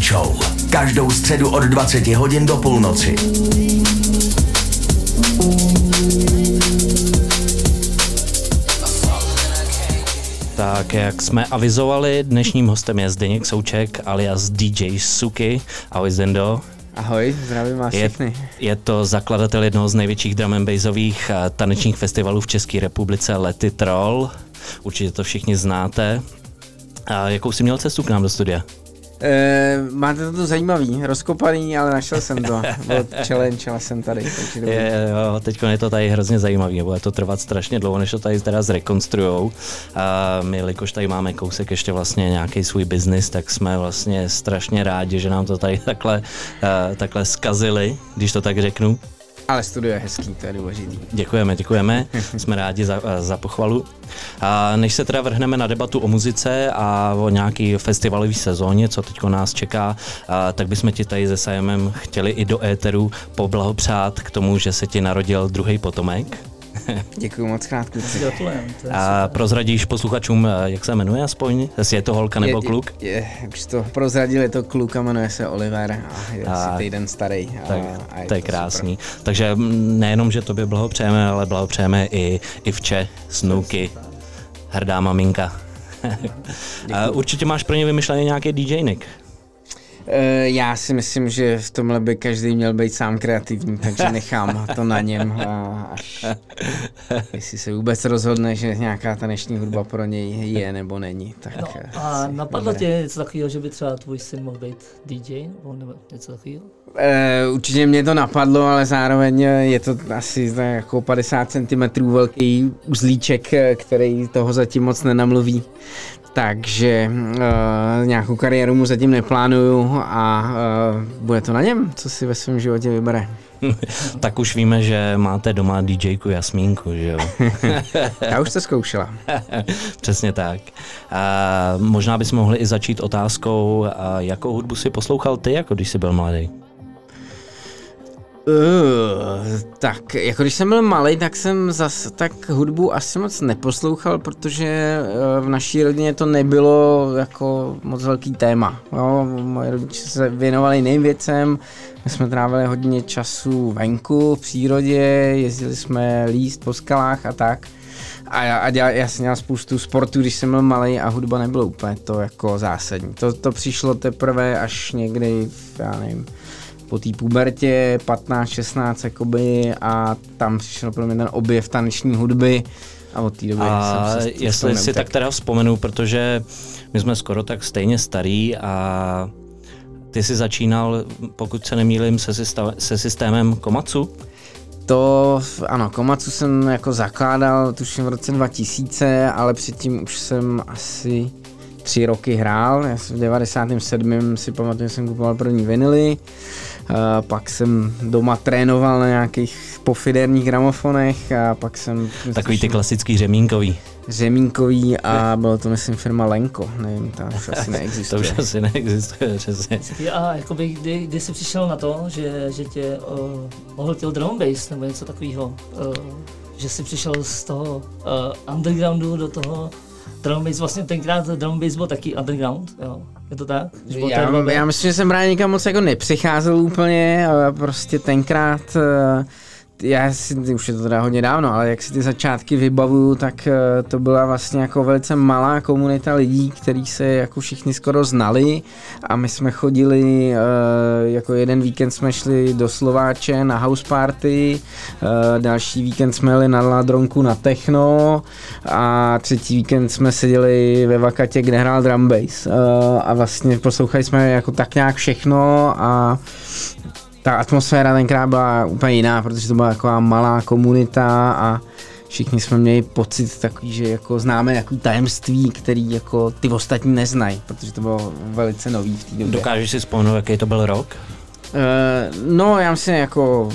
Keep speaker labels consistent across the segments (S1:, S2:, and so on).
S1: Show. Každou středu od 20 hodin do půlnoci.
S2: Tak jak jsme avizovali, dnešním hostem je Zdeněk Souček alias DJ Suki. Ahoj Zdendo.
S3: Ahoj, zdravím vás všechny.
S2: Je to zakladatel jednoho z největších drum and bassových tanečních festivalů v České republice Let It Roll. Určitě to všichni znáte. A jakou jsi měl cestu k nám do studia?
S3: Máte to zajímavý, rozkopaný, ale našel jsem to. Byl challenge, ale jsem tady.
S2: Jo, teďko je to tady hrozně zajímavý, bude to trvat strašně dlouho, než to tady teda zrekonstrujou. My, jelikož tady máme kousek ještě vlastně nějaký svůj biznis, tak jsme vlastně strašně rádi, že nám to tady takhle zkazili, když to tak řeknu.
S3: Ale studio je hezký, to je důležitý.
S2: Děkujeme. Jsme rádi za pochvalu. A než se teda vrhneme na debatu o muzice a o nějaký festivalový sezóně, co teďko nás čeká, tak bychom ti tady se Sajemem chtěli i do éteru poblahopřát k tomu, že se ti narodil druhý potomek.
S3: Děkuju moc krát, kluci.
S2: A prozradíš posluchačům, jak se jmenuje aspoň? Jestli je to holka nebo kluk?
S3: Už to prozradil, je to kluk a jmenuje se Oliver a je asi týden starý.
S2: To je krásný. Super. Takže nejenom, že tobě blahopřejeme, ale blahopřejeme i Ivče, Snooky, hrdá maminka. Určitě máš pro ně vymyšlený nějaký DJnik.
S3: Já si myslím, že v tomhle by každý měl být sám kreativní, takže nechám to na něm, až jestli se vůbec rozhodne, že nějaká taneční hudba pro něj je nebo není. Tak
S4: no, a napadlo tě něco takového, že by třeba tvůj syn mohl být DJ nebo něco takového?
S3: Určitě mě to napadlo, ale zároveň je to asi jako 50 cm velký uzlíček, který toho zatím moc nenamluví. Takže nějakou kariéru mu zatím neplánuju a bude to na něm, co si ve svém životě vybere.
S2: Tak už víme, že máte doma DJku Jasmínku, že jo?
S3: Já už to zkoušela.
S2: Přesně tak. Možná bychom mohli i začít otázkou, jakou hudbu si poslouchal ty, jako když jsi byl mladý?
S3: Tak, jako když jsem byl malej, tak jsem zase tak hudbu asi moc neposlouchal, protože v naší rodině to nebylo jako moc velký téma. Jo, moje rodiče se věnovali jiným věcem, my jsme trávili hodně času venku, v přírodě, jezdili jsme líst po skalách a tak. A já jsem měl spoustu sportu, když jsem byl malej a hudba nebylo úplně to jako zásadní. To přišlo teprve až někdy, já nevím, po té pubertě, 15, 16 jakoby, a tam přišel pro mě ten objev taneční hudby a od té doby jsem se
S2: jestli si tak teda vzpomenu, protože my jsme skoro tak stejně starý a ty jsi začínal, pokud se nemýlím, se systémem Komatsu?
S3: Ano, Komatsu jsem jako zakládal tuším v roce 2000, ale předtím už jsem asi 3 roky hrál. Já v 97. si pamatuju, že jsem kupoval první vinily, pak jsem doma trénoval na nějakých pofiderních gramofonech a pak jsem...
S2: Takový ty klasický řemínkový
S3: a bylo to myslím firma Lenko, nevím, ta už asi neexistuje.
S2: To už asi neexistuje, přesně.
S4: A jakoby, kdy jsi přišel na to, že tě ohltil drum and bass nebo něco takového, že jsi přišel z toho undergroundu do toho drum and bass, vlastně tenkrát drum and bass byl taky underground, jo. Je to tak?
S3: Já myslím, že jsem právě nikam moc jako nepřicházel úplně, ale prostě tenkrát, už je to teda hodně dávno, ale jak si ty začátky vybavuju, tak to byla vlastně jako velice malá komunita lidí, kteří se jako všichni skoro znali a my jsme chodili, jako jeden víkend jsme šli do Slováče na house party, další víkend jsme jeli na Ladronku na techno a třetí víkend jsme seděli ve Vakatě, kde hrál drum bass a vlastně poslouchali jsme jako tak nějak všechno a ta atmosféra tenkrát byla úplně jiná, protože to byla taková malá komunita a všichni jsme měli pocit takový, že jako známe nějaký tajemství, který jako ty ostatní neznají, protože to bylo velice nový v té době.
S2: Dokážeš si vzpomenout, jaký to byl rok?
S3: No, já myslím, jako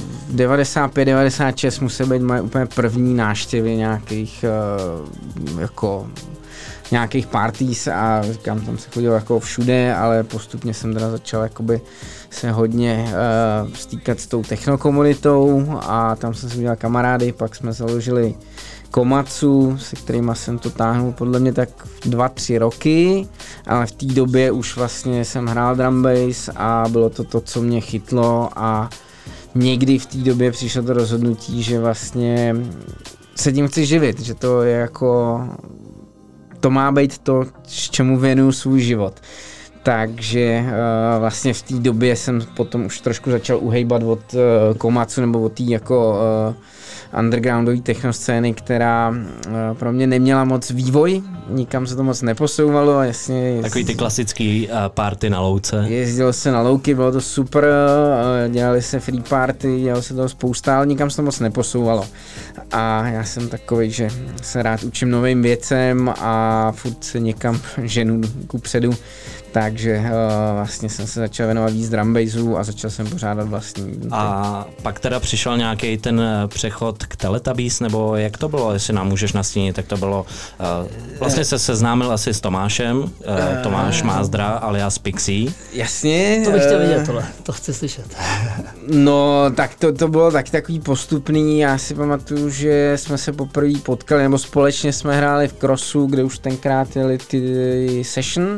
S3: 95-96 musel být moje úplně první návštěvy nějakých jako nějakých parties a říkám, tam se chodil jako všude, ale postupně jsem teda začal jakoby se hodně stýkat s tou technokomunitou a tam jsem si udělal kamarády, pak jsme založili Komatsu, se kterýma jsem to táhnul podle mě tak 2-3 roky, ale v té době už vlastně jsem hrál drum bass a bylo to, co mě chytlo a někdy v té době přišlo to rozhodnutí, že vlastně se tím chci živit, že to je jako, to má být to, čemu věnuju svůj život. Takže vlastně v té době jsem potom už trošku začal uhejbat od Komatsu nebo od té jako undergroundové technoscény, která pro mě neměla moc vývoj, nikam se to moc neposouvalo, jasně.
S2: Takový ty klasický party na louce.
S3: Jezdilo se na louky, bylo to super, dělali se free party, dělalo se toho spousta, ale nikam se to moc neposouvalo. A já jsem takovej, že se rád učím novým věcem a furt se někam ženu kupředu. Takže vlastně jsem se začal věnovat víc drum bassu a začal jsem pořádat vlastní. A
S2: pak teda přišel nějaký ten přechod k Teletubbies, nebo jak to bylo, jestli nám můžeš nastínit, tak to bylo, vlastně se seznámil asi s Tomášem, Tomáš Mázdra alias Pixie.
S3: Jasně.
S4: To bych chtěl vidět tohle, to chci slyšet.
S3: No, tak to bylo taky takový postupný, já si pamatuju, že jsme se poprvé potkali, nebo společně jsme hráli v Crossu, kde už tenkrát jeli ty session.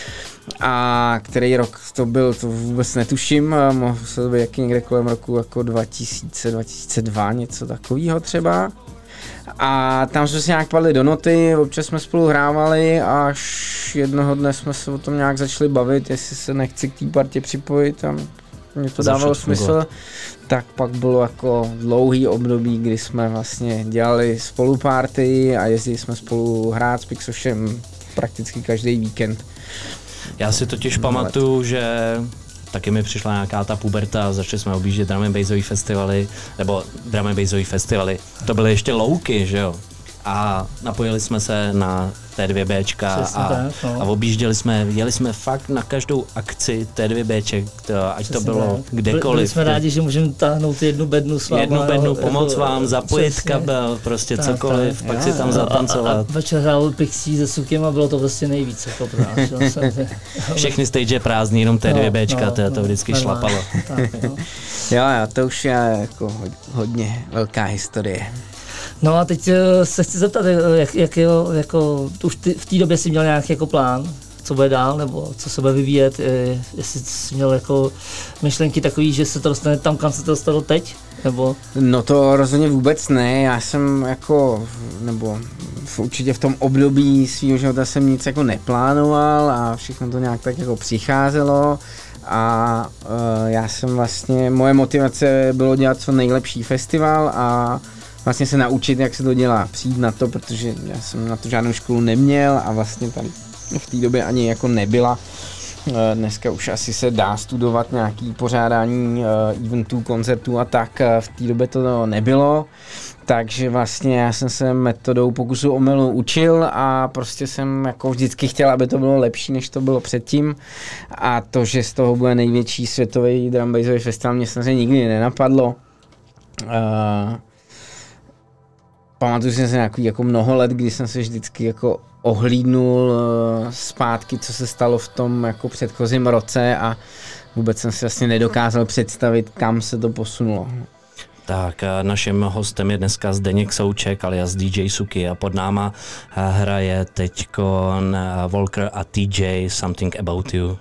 S3: A který rok to byl, to vůbec netuším, mohl se to být jaký někde kolem roku jako 2000, 2002, něco takového třeba. A tam jsme si nějak padli do noty, občas jsme spolu hrávali, až jednoho dne jsme se o tom nějak začali bavit, jestli se nechci k té partě připojit a mě to dávalo smysl. Tak pak bylo jako dlouhý období, kdy jsme vlastně dělali spoluparty a jezdili jsme spolu hrát s Pixošem prakticky každý víkend.
S2: Já si totiž pamatuju, že taky mi přišla nějaká ta puberta a začali jsme objíždět drum and bassový festivaly, nebo drum and bassový festivaly. To byly ještě louky, že jo? A napojili jsme se na T2Bčka a objížděli jsme, jeli jsme fakt na každou akci T2Bček, ať to bylo kdekoliv.
S4: Byli jsme rádi, že můžeme táhnout jednu bednu s váma.
S2: Jednu bednu, pomoct vám, zapojit kabel, prostě cokoliv, pak si tam zatancovat.
S4: A večer hrál Pixie se Sukem a bylo to prostě nejvíc jako pro nás.
S2: Všechny stage prázdný, jenom T2Bčka, to vždycky šlapalo.
S3: Jo, to už je jako hodně velká historie.
S4: No a teď se chci zeptat, jako už v té době jsi měl nějaký jako plán, co bude dál, nebo co se bude vyvíjet, jestli jsi měl jako myšlenky takový, že se to dostane tam, kam se to dostalo teď, nebo?
S3: No to rozhodně vůbec ne, já jsem jako, nebo určitě v tom období svýho života jsem nic jako neplánoval a všechno to nějak tak jako přicházelo. A já jsem vlastně, moje motivace bylo dělat co nejlepší festival a vlastně se naučit, jak se to dělá, přijít na to, protože já jsem na to žádnou školu neměl a vlastně tady v té době ani jako nebyla. Dneska už asi se dá studovat nějaký pořádání eventů, koncertů a tak, v té době to nebylo. Takže vlastně já jsem se metodou pokusu omylu učil a prostě jsem jako vždycky chtěl, aby to bylo lepší, než to bylo předtím. A to, že z toho bude největší světový drum bassový festival, mě samozřejmě nikdy nenapadlo. Pamatuju si nějaký jako mnoho let, kdy jsem se vždycky jako ohlídnul zpátky, co se stalo v tom jako předchozím roce a vůbec jsem si vlastně nedokázal představit, kam se to posunulo.
S2: Tak naším hostem je dneska Zdeněk Souček alias DJ Suki a pod náma hraje teďko Volker a TJ Something About You.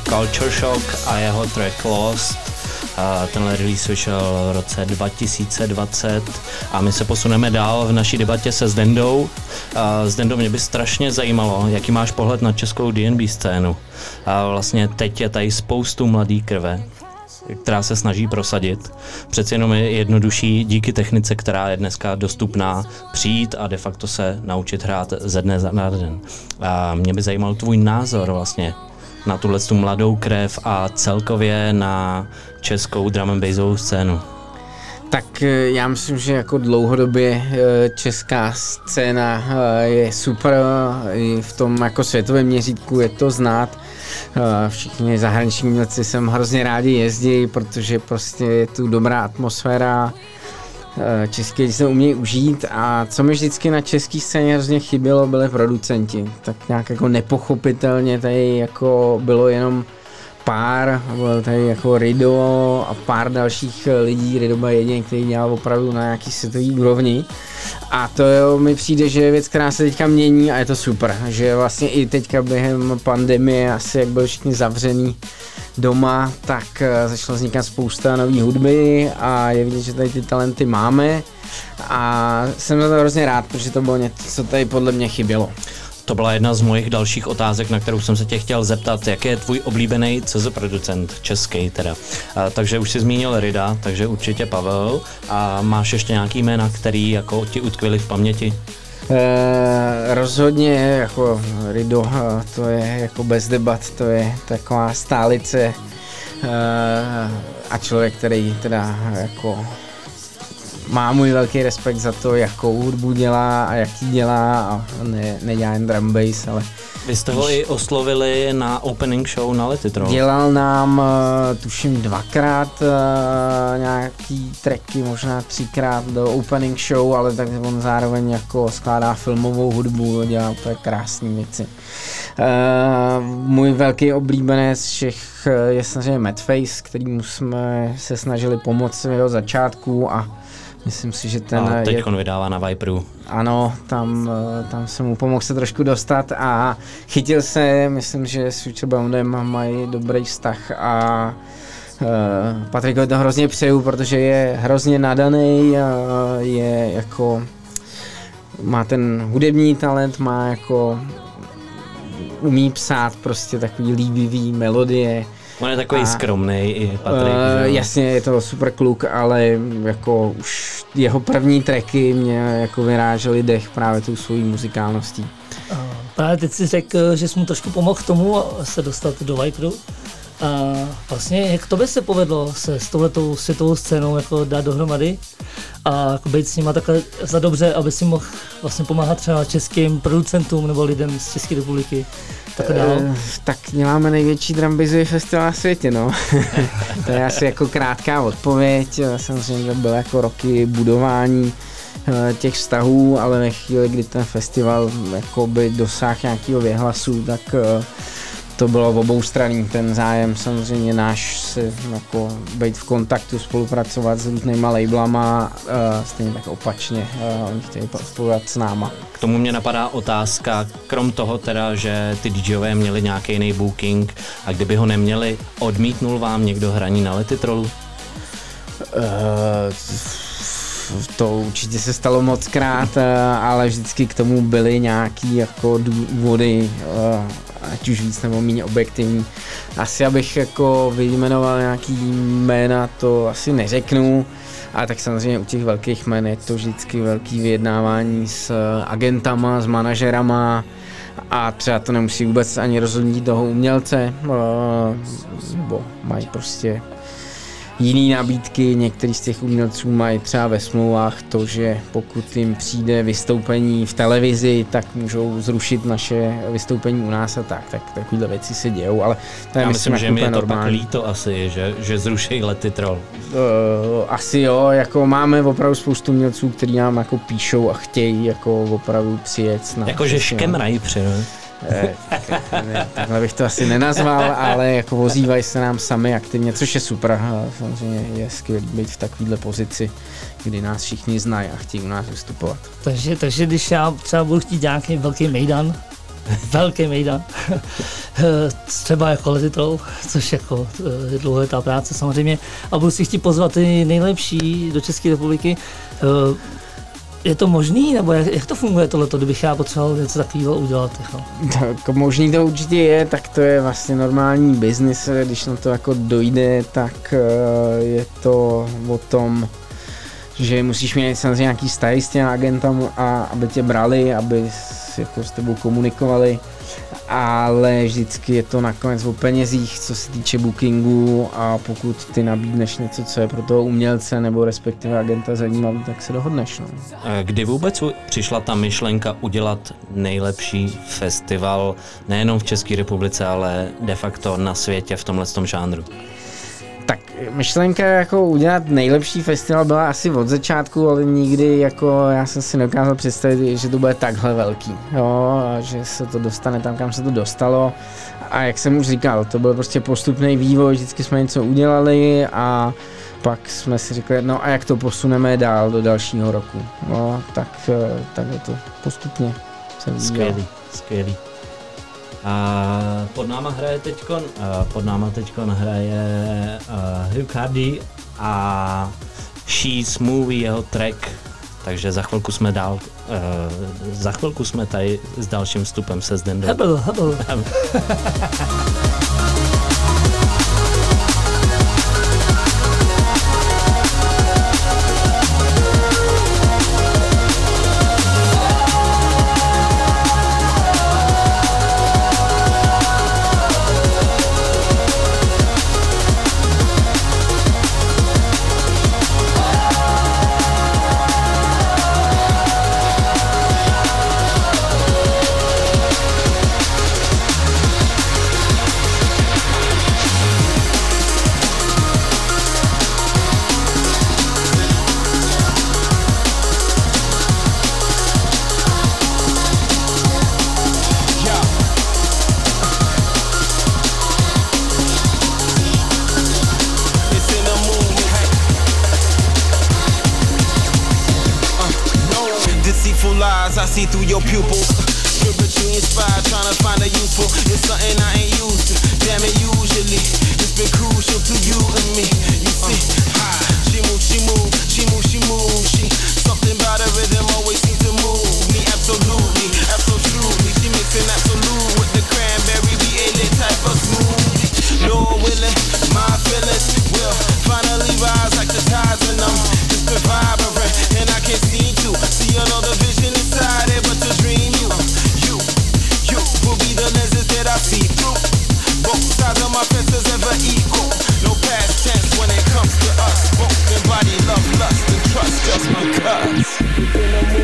S2: Culture Shock a jeho track Lost. Tenhle release vyšel v roce 2020 a my se posuneme dál v naší debatě se Zdendou. Zdendo, mě by strašně zajímalo, jaký máš pohled na českou D&B scénu. Vlastně teď je tady spoustu mladý krve, která se snaží prosadit. Přeci jenom je jednodušší díky technice, která je dneska dostupná, přijít a de facto se naučit hrát ze dne na den. A mě by zajímal tvůj názor vlastně na tu mladou krev a celkově na českou drum and bassovou scénu.
S3: Tak já myslím, že jako dlouhodobě česká scéna je super, i v tom jako světovém měřítku je to znát. Všichni zahraniční umělci sem hrozně rádi jezdí, protože prostě je tu dobrá atmosféra, český lidi se umějí užít a co mi vždycky na české scéně hrozně chybělo, byli producenti. Tak nějak jako nepochopitelně tady jako bylo jenom pár, byl tady jako Rido a pár dalších lidí, Rido byl jediný, který dělal opravdu na nějaký světový úrovni. A to mi přijde, že je věc, která se teďka mění a je to super, že vlastně i teďka během pandemie, asi jak byli všichni zavřený doma, tak začalo vznikat spousta nový hudby a je vidět, že tady ty talenty máme a jsem za to hrozně rád, protože to bylo něco, co tady podle mě chybělo.
S2: To byla jedna z mojich dalších otázek, na kterou jsem se tě chtěl zeptat, jaký je tvůj oblíbený CZ producent, český teda. Takže už jsi zmínil Rida, takže určitě Pavel. A máš ještě nějaký jména, který jako ti utkvěly v paměti?
S3: Rozhodně jako Rido, to je jako bez debat, to je taková stálice a člověk, který teda jako má můj velký respekt za to, jakou hudbu dělá a jaký dělá a nedělá jen drum bass, ale...
S2: Vy jste ho i oslovili na opening show na Letitrol.
S3: Dělal nám, tuším, 2krát nějaký tracky, možná 3krát do opening show, ale tak on zároveň jako skládá filmovou hudbu, dělá úplně krásné věci. Můj velký oblíbenec všech je samozřejmě Madface, kterýmu jsme se snažili pomoct v jeho začátku a myslím si, že ten...
S2: A teď on vydává na Viperu.
S3: Ano, tam jsem mu pomohl se trošku dostat a chytil se, myslím, že s Futureboundem mají dobrý vztah a Patrikovi to hrozně přeju, protože je hrozně nadaný, je jako... má ten hudební talent, má jako... umí psát prostě takový líbivý melodie.
S2: On je takový skromnej i Patrik.
S3: Jasně, je to super kluk, ale jako už jeho první tracky mě jako vyrážely dech právě tou svojí muzikálností.
S4: Právě teď si řekl, že jsi mu trošku pomohl k tomu se dostat do Viperu. A vlastně jak tobě se povedlo se s touhletou světovou scénou jako dát dohromady a jako být s nima takhle za dobře, aby si mohl vlastně pomáhat třeba českým producentům nebo lidem z České republiky?
S3: Tak děláme největší drum bassový festival na světě, no. To je asi jako krátká odpověď, samozřejmě to bylo jako roky budování těch vztahů, ale ve chvíli, kdy ten festival jako by dosáhl nějakého věhlasu, tak to bylo oboustranný, ten zájem samozřejmě náš se jako být v kontaktu, spolupracovat s různýma labelama, stejně tak opačně, oni chtějí spolupracovat s náma.
S2: K tomu mě napadá otázka, krom toho teda, že ty DJové měli nějaký jiný booking a kdyby ho neměli, odmítnul vám někdo hraní na Letitrolu?
S3: To určitě se stalo mockrát, ale vždycky k tomu byly nějaký jako důvody, ať už víc nebo méně objektivní. Asi abych jako vyjmenoval nějaký jména, to asi neřeknu, ale tak samozřejmě u těch velkých jmen je to vždycky velký vyjednávání s agentama, s manažerama a třeba to nemusí vůbec ani rozhodnutí toho umělce, nebo mají prostě jiný nabídky, některý z těch umělců mají třeba ve smlouvách to, že pokud jim přijde vystoupení v televizi, tak můžou zrušit naše vystoupení u nás a tak takovýhle věci se dějou, ale to je
S2: myslím, že mi je to
S3: normální.
S2: pak líto asi, že zrušejí Letitrol.
S3: Asi jo, jako máme opravdu spoustu umělců, kteří nám jako píšou a chtějí jako opravdu přijet.
S2: Jakože škemrají přijde.
S3: Takhle bych to asi nenazval, ale jako ozývají se nám sami aktivně, což je super. Samozřejmě je skvělý být v takovéhle pozici, kdy nás všichni znají a chtějí u nás vystupovat.
S4: Takže když já třeba budu chtít nějaký velký mejdan, velký mejdan. Třeba jako Letitrol, což jako je dlouholetá práce samozřejmě. A budu si chtít pozvat ty nejlepší do České republiky. Je to možný, nebo jak to funguje tohleto, kdybych já potřeboval něco takového udělat? Jako?
S3: Tak možný to určitě je, tak to je vlastně normální biznis, když na to jako dojde, tak je to o tom, že musíš mít samozřejmě nějaký vztahy s těmi agentami a aby tě brali, aby jako s tebou komunikovali, ale vždycky je to nakonec o penězích, co se týče bookingu, a pokud ty nabídneš něco, co je pro toho umělce nebo respektive agenta zajímavý, tak se dohodneš. No.
S2: Kdy vůbec přišla ta myšlenka udělat nejlepší festival nejenom v České republice, ale de facto na světě v tomhletom žánru?
S3: Tak myšlenka jako udělat nejlepší festival byla asi od začátku, ale nikdy jako já jsem si nedokázal představit, že to bude takhle velký, jo, a že se to dostane tam, kam se to dostalo. A jak jsem už říkal, to byl prostě postupný vývoj, vždycky jsme něco udělali a pak jsme si řekli, no a jak to posuneme dál do dalšího roku. No, tak je to postupně se vyvíjelo.
S2: Skvělý. A pod náma teďkon hraje Hugh Cardi a She's Movie, jeho track, takže za chvilku jsme tady s dalším vstupem se Zdendou.
S4: Hebel.
S5: I see through your pupils. Spiritually inspired, trying to find a useful. It's something I ain't used to. Damn it, usually it's been crucial to you and me. You see, she move. She something about her rhythm always seems to move me. Absolutely. She mixing absolute with the cranberry, B.A. type of smoothie. Lord willing, my feelings will finally rise like the tides in them. It's been vibrant, and I can't seem to see another vision inside it, but to dream you will be the lenses that I see through. Both sides of my fences ever equal. No past tense when it comes to us. Both in body, love, lust, and trust just because.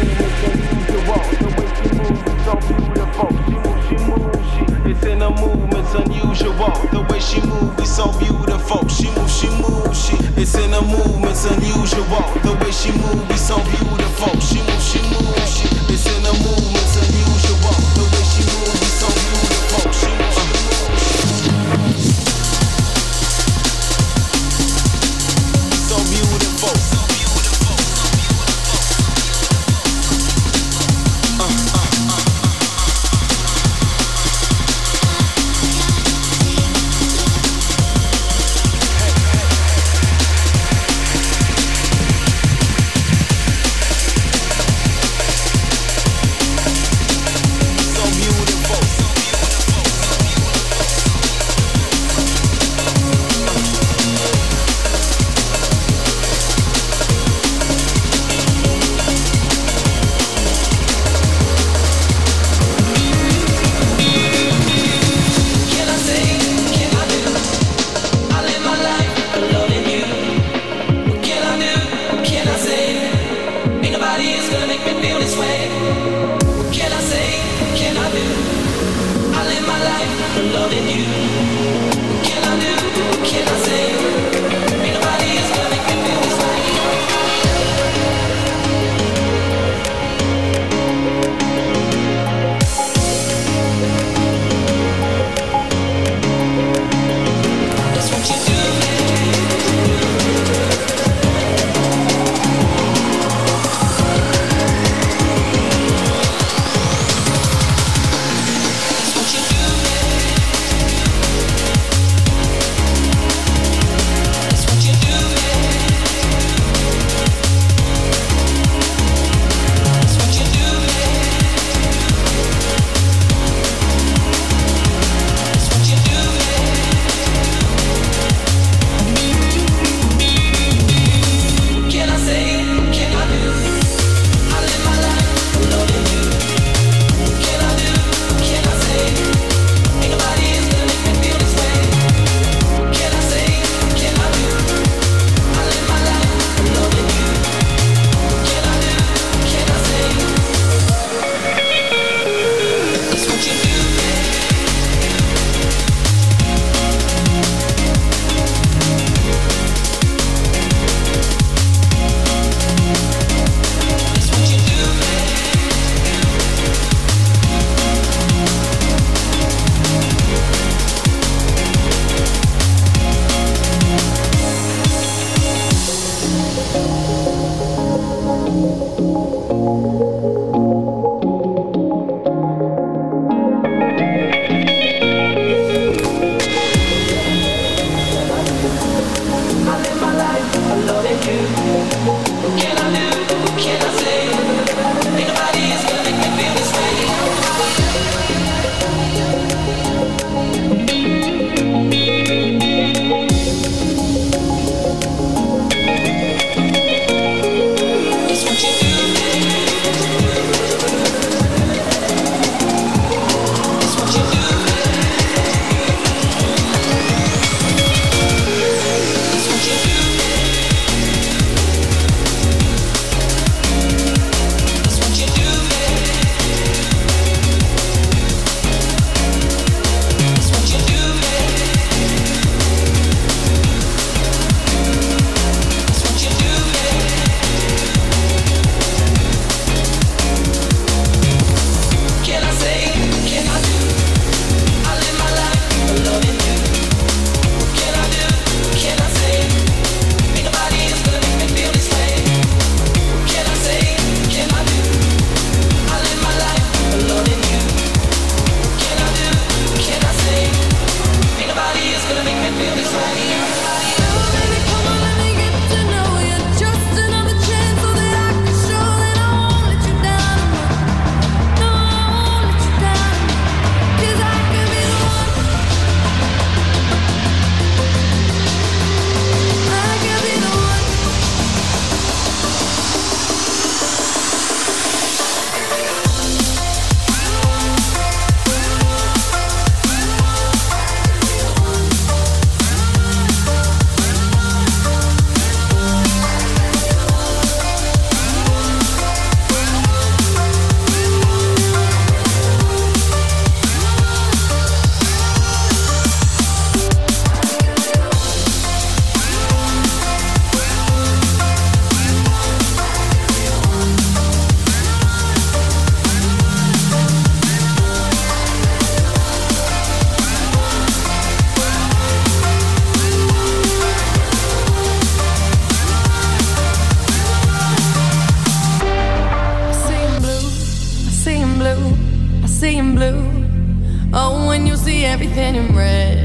S6: seeing blue. Oh, when you see everything in red.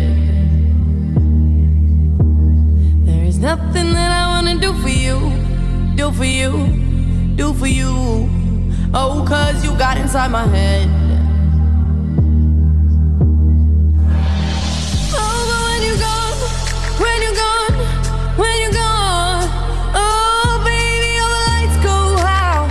S6: There is nothing that I wanna do for you, do for you, do for you. Oh, 'cause you got inside my head. Oh, but when you're gone, when you're gone, when you're gone, oh, baby, all the lights go out.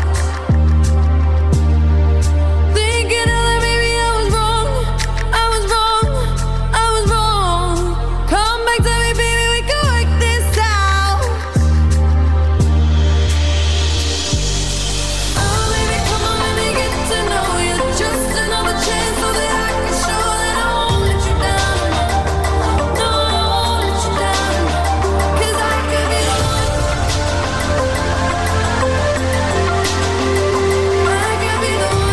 S6: Thinking of that, baby, I was wrong, I was wrong, I was wrong. Come back to me, baby, we can work this out. Oh, baby, come on, let me get to know you. Just another chance so that I can show that I won't let you down. No, I won't let you down. 'Cause I could be the one. I could be the one.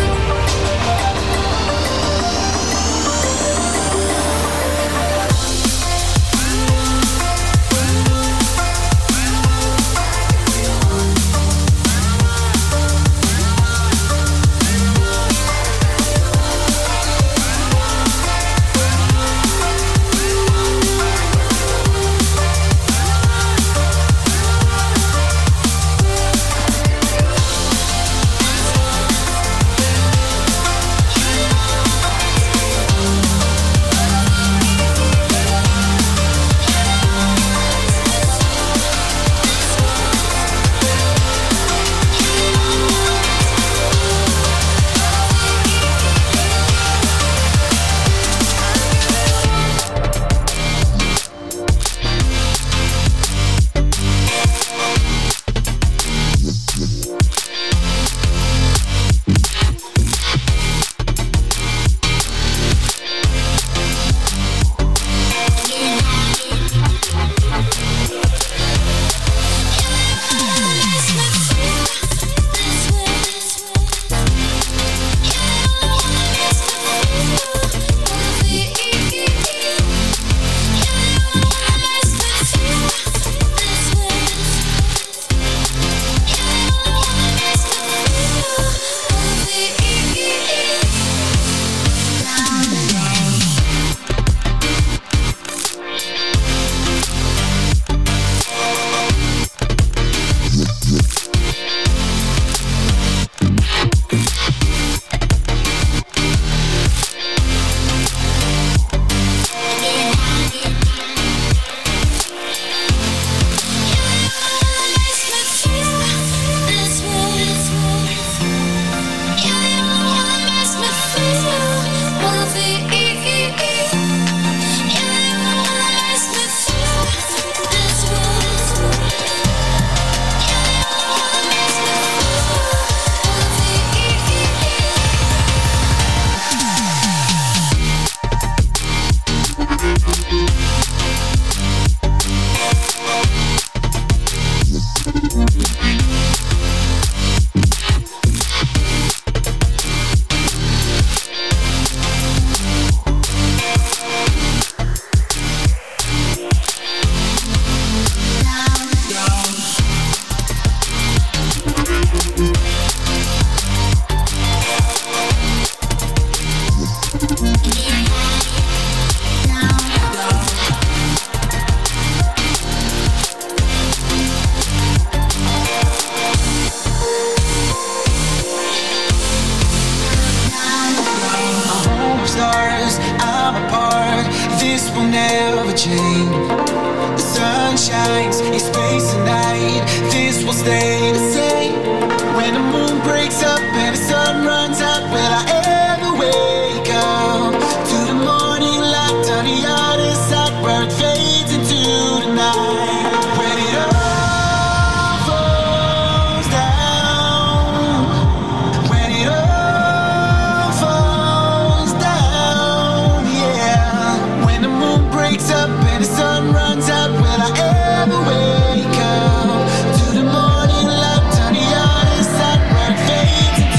S5: Wake up to the morning light, turn the other side where it fades into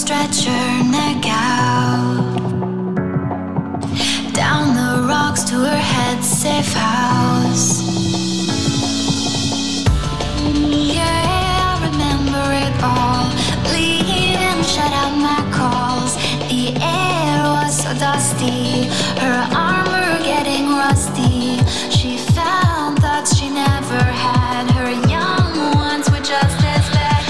S6: stretch her neck out. Down the rocks to her head safe house. Yeah, I remember it all. Leaving, shut out my calls. The air was so dusty, her armor getting rusty. She found thoughts she never had. Her young ones were just as bad.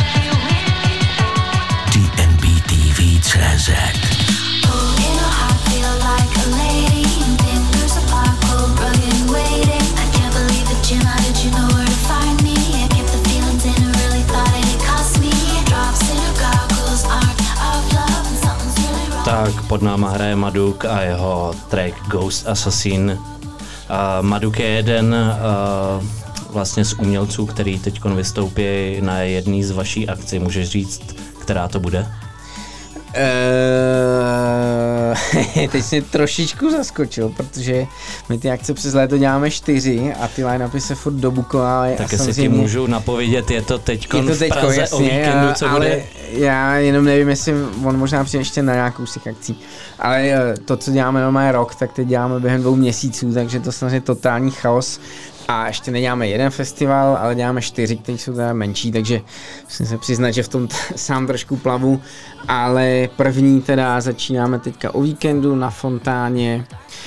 S1: TNB.TV.cz
S6: Oh, in a heart, feel like a lady. Fingers apart, cold, rugged, waiting. I can't believe that you know, did you know where to find me? I kept the feelings in, I really thought it cost me. Drops in her goggles, art of love, and something's really wrong.
S2: Tak pod náma hraje Maduk a jeho track Ghost Assassin. Maduk je jeden vlastně z umělců, který teď vystoupí na jedný z vaší akcí. Můžeš říct, která to bude?
S3: Teď jsi trošičku zaskočil, protože my ty akce přes léto děláme 4 a ty line-upy se furt dobukovaly.
S2: Tak jestli ti můžu napovědět, je to teďkon v Praze
S3: jasně,
S2: o víkendu, co
S3: ale
S2: bude?
S3: Já jenom nevím, jestli on možná přijde ještě na nějakou z těch akcí. Ale to, co děláme normálně rok, tak teď děláme během 2 měsíců, takže to samozřejmě totální chaos. A ještě neděláme jeden festival, ale děláme 4, které jsou teda menší, takže musím se přiznat, že v tom sám trošku plavu. Ale první teda začínáme teďka o víkendu na Fontáně,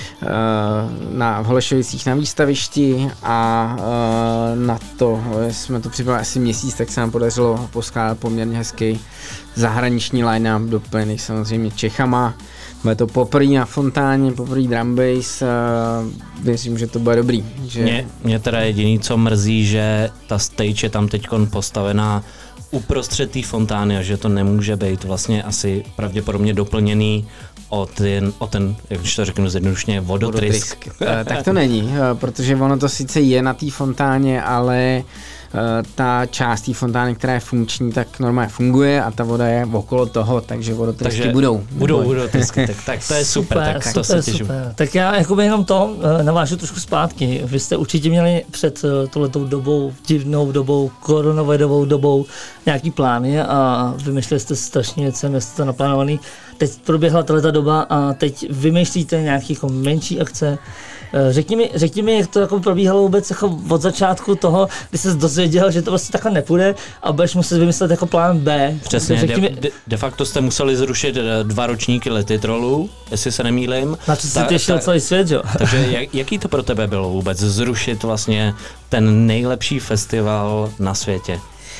S3: v Holešovicích na výstavišti a na to jsme to připravili asi měsíc, tak se nám podařilo poskládat poměrně hezký zahraniční line-up doplněný samozřejmě Čechama. Bude to poprvé na Fontáně, poprvé drum bass, věřím, že to bude dobrý. Že...
S2: Mě teda jediný, co mrzí, že ta stage je tam teďkon postavená uprostřed té fontány a že to nemůže být vlastně asi pravděpodobně doplněný o ten, jak to řeknu zjednodušně, vodotrysk.
S3: Tak to není, protože ono to sice je na té fontáně, ale ta část té fontány, která je funkční, tak normálně funguje a ta voda je okolo toho, takže vodotrysky budou.
S2: Budou vodotrysky, tak to je super, tak to se těším.
S4: Tak já jakoby jenom to navážu trošku zpátky. Vy jste určitě měli před touhletou dobou, divnou dobou, koronavirovou dobou nějaký plány a vymýšleli jste strašně věci, měli jste to naplánovaný. Teď proběhla tato doba a teď vymýšlíte nějaké jako menší akce. Řekni mi, jak to jako probíhalo vůbec jako od začátku toho, kdy jsi dozvěděl, že to vlastně takhle nepůjde a budeš muset vymyslet jako plán B.
S2: Přesně, de facto jste museli zrušit 2 ročníky Letitrolu, jestli se nemýlím.
S4: Na co se těšil celý svět, jo?
S2: Takže jaký to pro tebe bylo vůbec zrušit vlastně ten nejlepší festival na světě?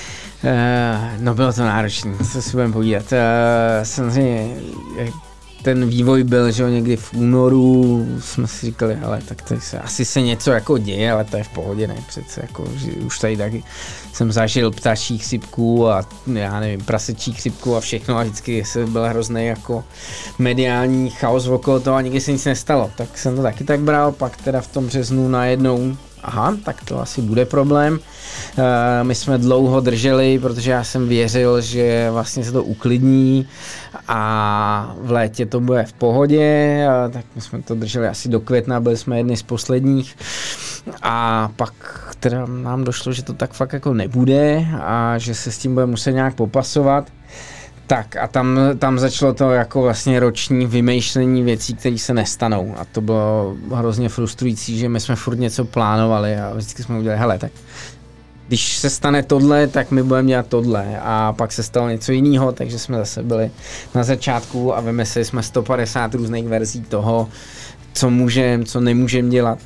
S3: No bylo to náročné, co si budeme povídat. Samozřejmě ten vývoj byl, že někdy v únoru jsme si říkali, hele, tak to asi se něco jako děje, ale to je v pohodě, ne? Přece jako, že už tady taky jsem zažil ptačí chřipku a já nevím, prasečí chřipku a všechno a vždycky se byl hrozný jako mediální chaos okolo toho a nikdy se nic nestalo. Tak jsem to taky tak bral, pak teda v tom březnu najednou aha, tak to asi bude problém. My jsme dlouho drželi, protože já jsem věřil, že vlastně se to uklidní a v létě to bude v pohodě, tak my jsme to drželi asi do května, byli jsme jedni z posledních a pak teda nám došlo, že to tak fakt jako nebude a že se s tím bude muset nějak popasovat. Tak a tam začalo to jako vlastně roční vymýšlení věcí, které se nestanou a to bylo hrozně frustrující, že my jsme furt něco plánovali a vždycky jsme udělali, hele, tak když se stane tohle, tak my budeme dělat tohle a pak se stalo něco jiného, takže jsme zase byli na začátku a vymysleli jsme 150 různých verzí toho, co můžeme, co nemůžeme dělat.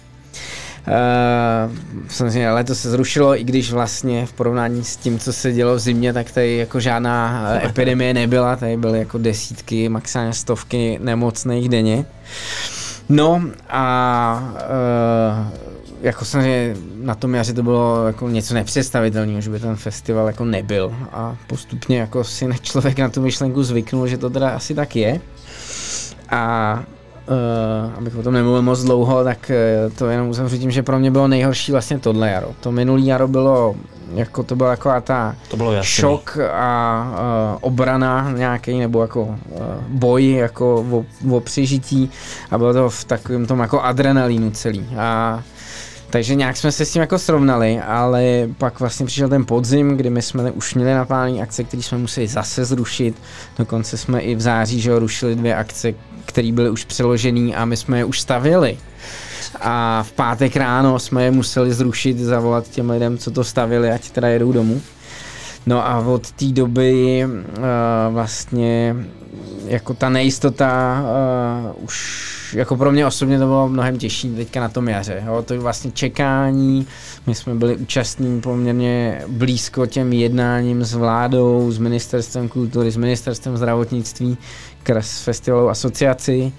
S3: Samozřejmě letos se zrušilo, i když vlastně v porovnání s tím, co se dělo v zimě, tak tady jako žádná epidemie nebyla, tady byly jako desítky, maximálně 100 nemocných denně. No a jako samozřejmě na tom jaře to bylo jako něco nepředstavitelného, že by ten festival jako nebyl a postupně jako si člověk na tu myšlenku zvyknul, že to teda asi tak je. A abych o tom nemluvil moc dlouho, tak to jenom uzavřu tím, že pro mě bylo nejhorší vlastně tohle jaro. To minulý jaro bylo, jako to byla taková ta šok a obrana nějaký, nebo jako boj jako o přežití a bylo to v takovém tom jako adrenalínu celý. A Takže nějak jsme se s tím jako srovnali, ale pak vlastně přišel ten podzim, kdy my jsme už měli naplánované akce, které jsme museli zase zrušit. Dokonce jsme i v září, že rušili 2 akce, které byly už přeložené a my jsme je už stavěli. A v pátek ráno jsme je museli zrušit, zavolat těm lidem, co to stavili, ať teda jedou domů. No a od té doby vlastně jako ta nejistota už jako pro mě osobně to bylo mnohem těžší teďka na tom jaře. Jo? To je vlastně čekání, my jsme byli účastní poměrně blízko těm jednáním s vládou, s ministerstvem kultury, s ministerstvem zdravotnictví, s festivalovou asociací.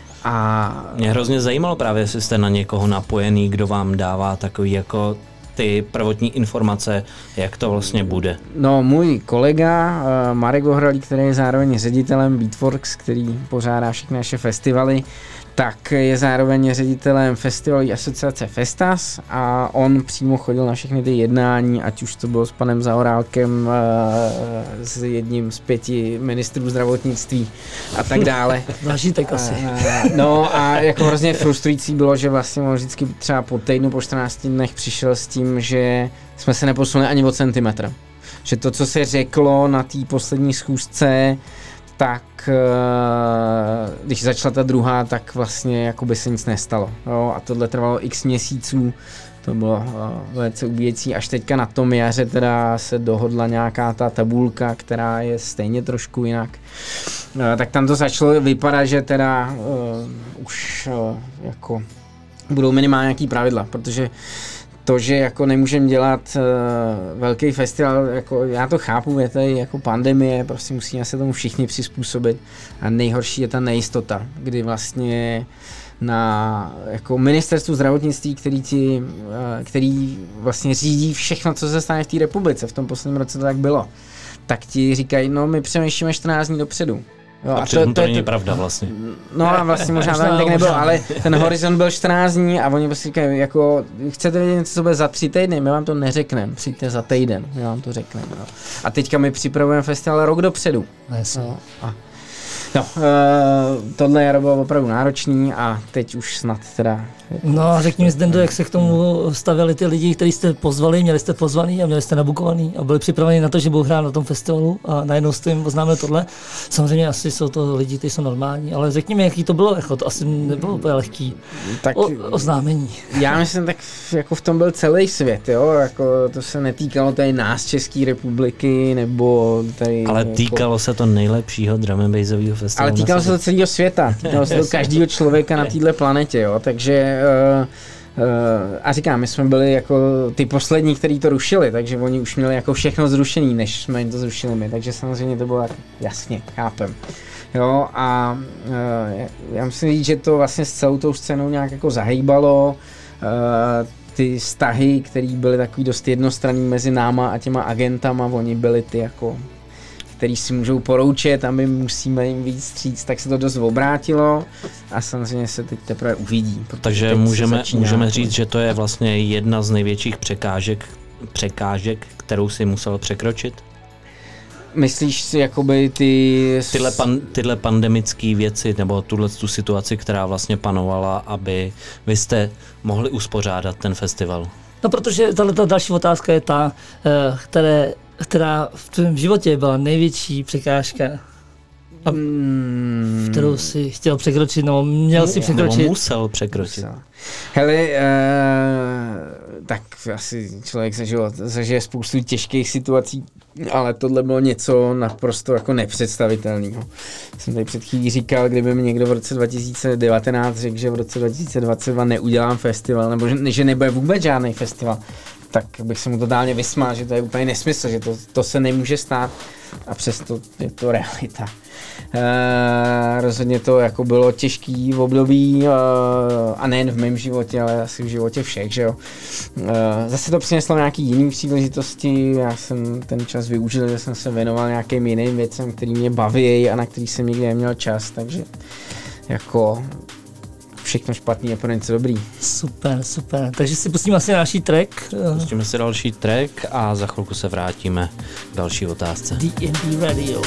S3: A
S2: mě hrozně zajímalo právě, jestli jste na někoho napojený, kdo vám dává takový jako ty prvotní informace, jak to vlastně bude.
S3: No, můj kolega Marek Ohralík, který je zároveň ředitelem Beatworks, který pořádá všechny naše festivaly, tak je zároveň ředitelem festivalové asociace Festas a on přímo chodil na všechny ty jednání, ať už to bylo s panem Zaorálkem, s jedním z 5 ministrů zdravotnictví a tak dále.
S4: Zažitek asi.
S3: No a jako hrozně frustrující bylo, že vlastně on vždycky třeba po týdnu, po 14 dnech přišel s tím, že jsme se neposunuli ani o centimetr. Že to, co se řeklo na té poslední schůzce, tak když začala ta druhá, tak vlastně jakoby se nic nestalo. Jo? A tohle trvalo x měsíců, to bylo velice ubíjecí. Až teďka na tom jaře teda se dohodla nějaká ta tabulka, která je stejně trošku jinak. Tak tam to začalo vypadat, že teda už jako budou minimálně nějaký pravidla, protože to, že jako nemůžeme dělat velký festival, jako já to chápu, je tady jako pandemie, prostě musíme se tomu všichni přizpůsobit a nejhorší je ta nejistota, kdy vlastně na jako ministerstvu zdravotnictví, který vlastně řídí všechno, co se stane v té republice, v tom posledním roce to tak bylo, tak ti říkají, no my přemýšlíme 14 dní dopředu. Jo,
S2: a přitom to není pravda vlastně.
S3: No a vlastně možná to tak nebylo, ale ten horizont byl 14 dní a oni prostě říkají, jako chcete vědět něco, co bude za 3 týdny, my vám to neřekneme, přijďte za týden, my vám to řekneme. No. A teďka my připravujeme festival rok dopředu. No, tohle jaro bylo opravdu náročný a teď už snad teda...
S4: No a řekni mi, Zdendo, jak se k tomu stavili ty lidi, kteří jste pozvali, měli jste pozvaný a měli jste nabukovaný a byli připraveni na to, že budou hrát na tom festivalu a najednou jste jim oznámil tohle. Samozřejmě asi jsou to lidi, kteří jsou normální, ale řekni mi, jaký to bylo, jako to asi nebylo úplně lehký
S3: tak,
S4: oznámení.
S3: Já myslím, tak jako v tom byl celý svět, jo, jako to se netýkalo tady nás, České republiky, nebo tady...
S2: Ale týkalo
S3: jako...
S2: se to nejlepšího drum and bassového festivalu.
S3: Ale týkalo se to celého světa, týkalo se to každého člověka na této planetě, jo, takže a říkám, my jsme byli jako ty poslední, kteří to rušili, takže oni už měli jako všechno zrušený, než jsme jim to zrušili my, takže samozřejmě to bylo jasně, chápem. Jo, a já musím říct, že to vlastně s celou tou scénou nějak jako zahýbalo, ty vztahy, které byly takový dost jednostranný mezi náma a těma agentama, oni byli ty jako který si můžou poroučet a my musíme jim víc stříct, tak se to dost obrátilo a samozřejmě se teď teprve uvidí.
S2: Takže můžeme říct, že to je vlastně jedna z největších překážek, kterou si musel překročit?
S3: Myslíš si jakoby
S2: tyhle pandemické věci nebo tu situaci, která vlastně panovala, aby vy jste mohli uspořádat ten festival?
S4: No protože tato další otázka je ta, která v tvém životě byla největší překážka, kterou si chtěl překročit, nebo měl si překročit.
S2: Nebo musel překročit.
S3: Hele, tak asi člověk zažije spoustu těžkých situací, ale tohle bylo něco naprosto jako nepředstavitelného. Jsem tady před chvílí říkal, kdyby mi někdo v roce 2019 řekl, že v roce 2022 neudělám festival, nebo že nebude vůbec žádný festival, tak bych se mu totálně vysmál, že to je úplně nesmysl, že to se nemůže stát a přesto je to realita. Rozhodně to jako bylo těžký v období a nejen v mém životě, ale asi v životě všech, že jo. Zase to přineslo nějaký jiný příležitosti, já jsem ten čas využil, že jsem se věnoval nějakým jiným věcem, který mě baví a na který jsem nikdy neměl čas, takže jako všechno špatný je pro něco dobrý.
S4: Super. Takže si pustíme asi další track.
S2: Pustíme si další track a za chvilku se vrátíme k další otázce.
S4: D&D Radio.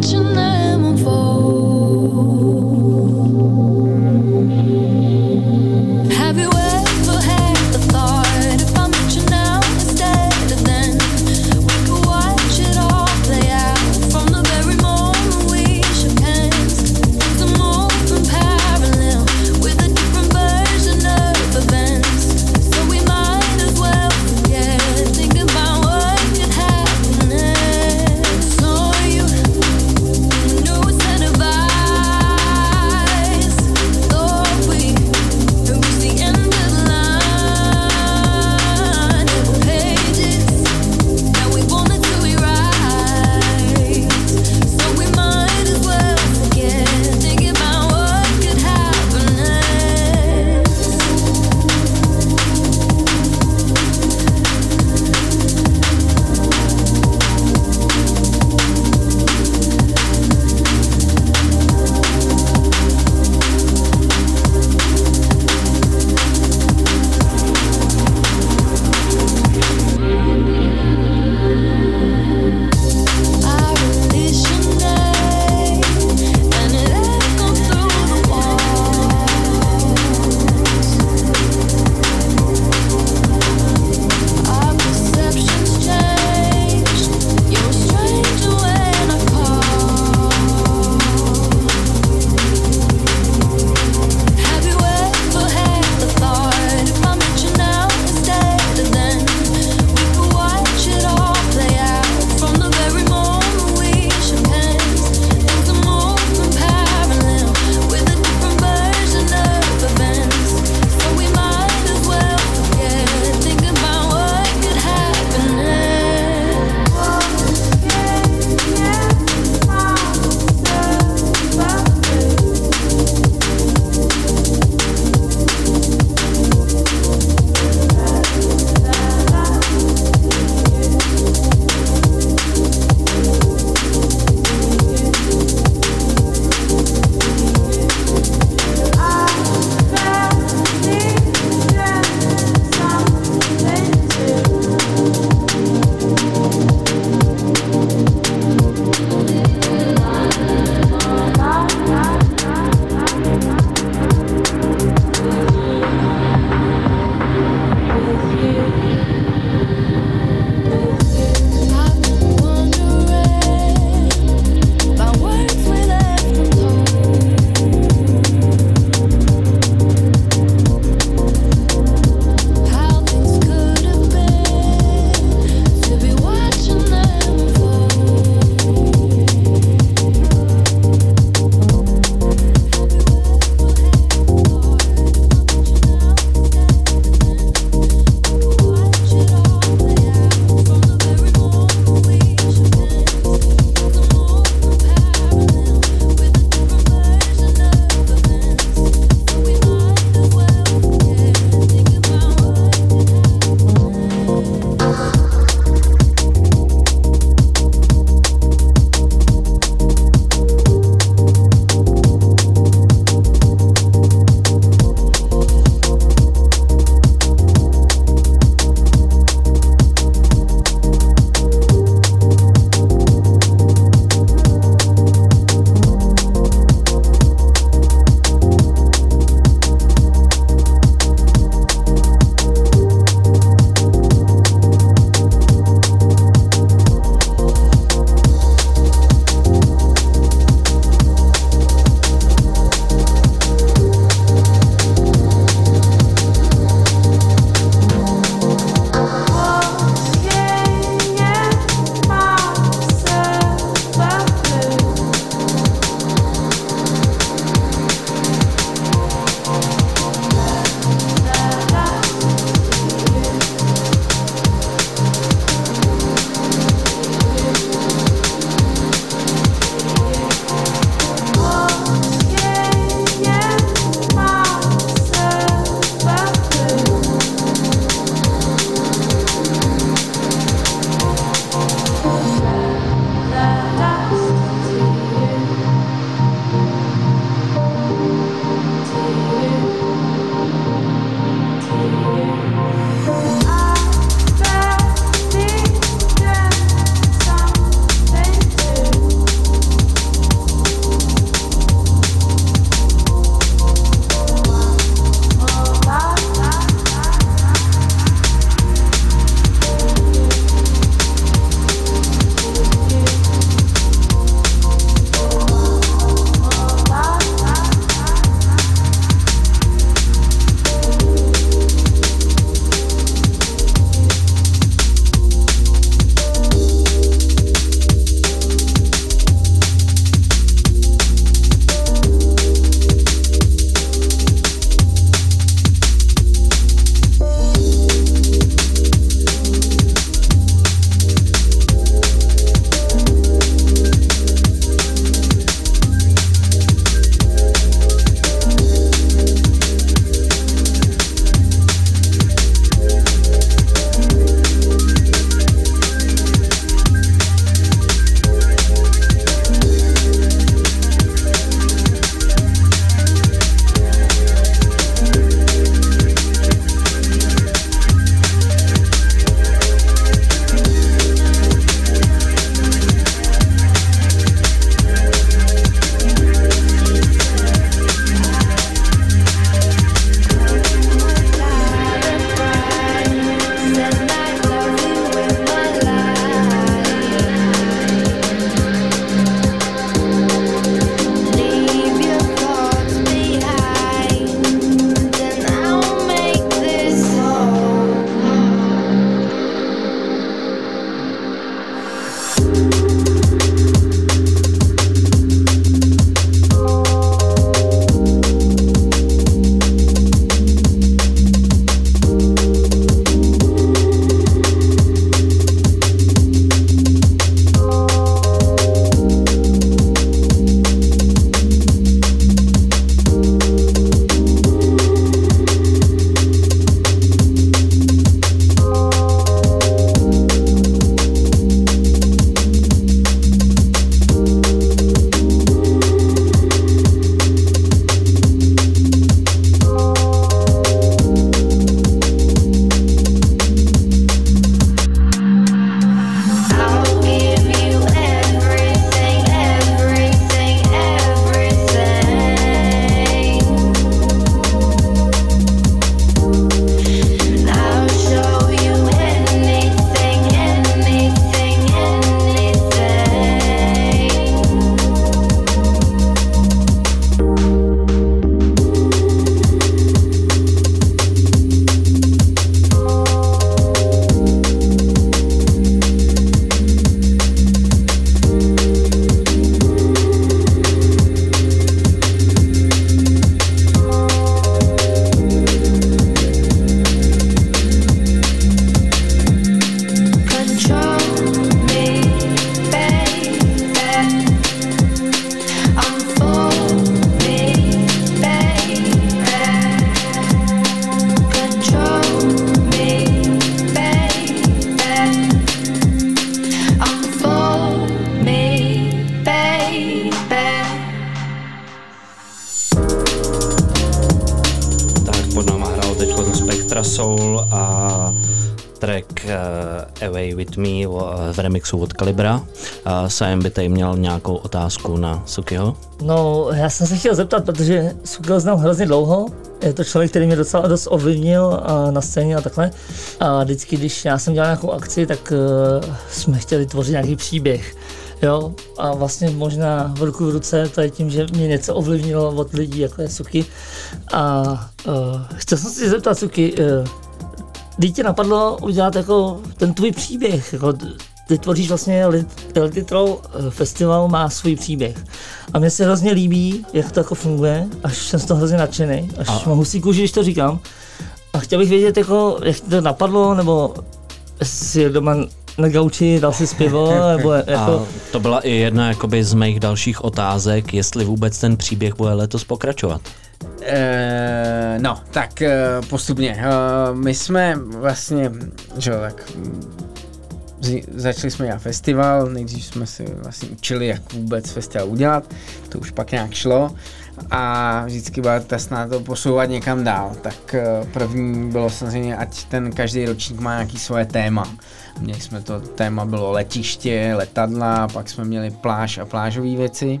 S2: Ultra Soul a track Away With Me v remixu od Kalibra. Sajem by tady měl nějakou otázku na Sukiho.
S4: No, já jsem se chtěl zeptat, protože Sukiho znám hrozně dlouho. Je to člověk, který mě docela dost ovlivnil na scéně a takhle. A vždycky, když já jsem dělal nějakou akci, tak jsme chtěli tvořit nějaký příběh. Jo, a vlastně možná v ruku v ruce to je tím, že mě něco ovlivnilo od lidí, jako je Suki. A chtěl jsem si zeptat, Suki, kdy tě napadlo udělat jako ten tvůj příběh, jako ty tvoříš vlastně Reality Troll festival má svůj příběh. A mně se hrozně líbí, jak to jako funguje, až jsem z toho hrozně nadšený, až mám husí kůži, když to říkám. A chtěl bych vědět, jako, jak ti to napadlo, nebo jestli doma na gauči dal si pivo, nebo jako...
S2: A to byla i jedna jakoby z mých dalších otázek, jestli vůbec ten příběh bude letos pokračovat.
S3: No, tak postupně. My jsme vlastně, že tak začali jsme dělat festival, nejdřív jsme si vlastně učili, jak vůbec festival udělat, to už pak nějak šlo a vždycky byla ta snaha to posouvat někam dál. Tak první bylo samozřejmě, ať ten každý ročník má nějaký svoje téma. Měli jsme to téma, bylo letiště, letadla, pak jsme měli pláž a plážové věci.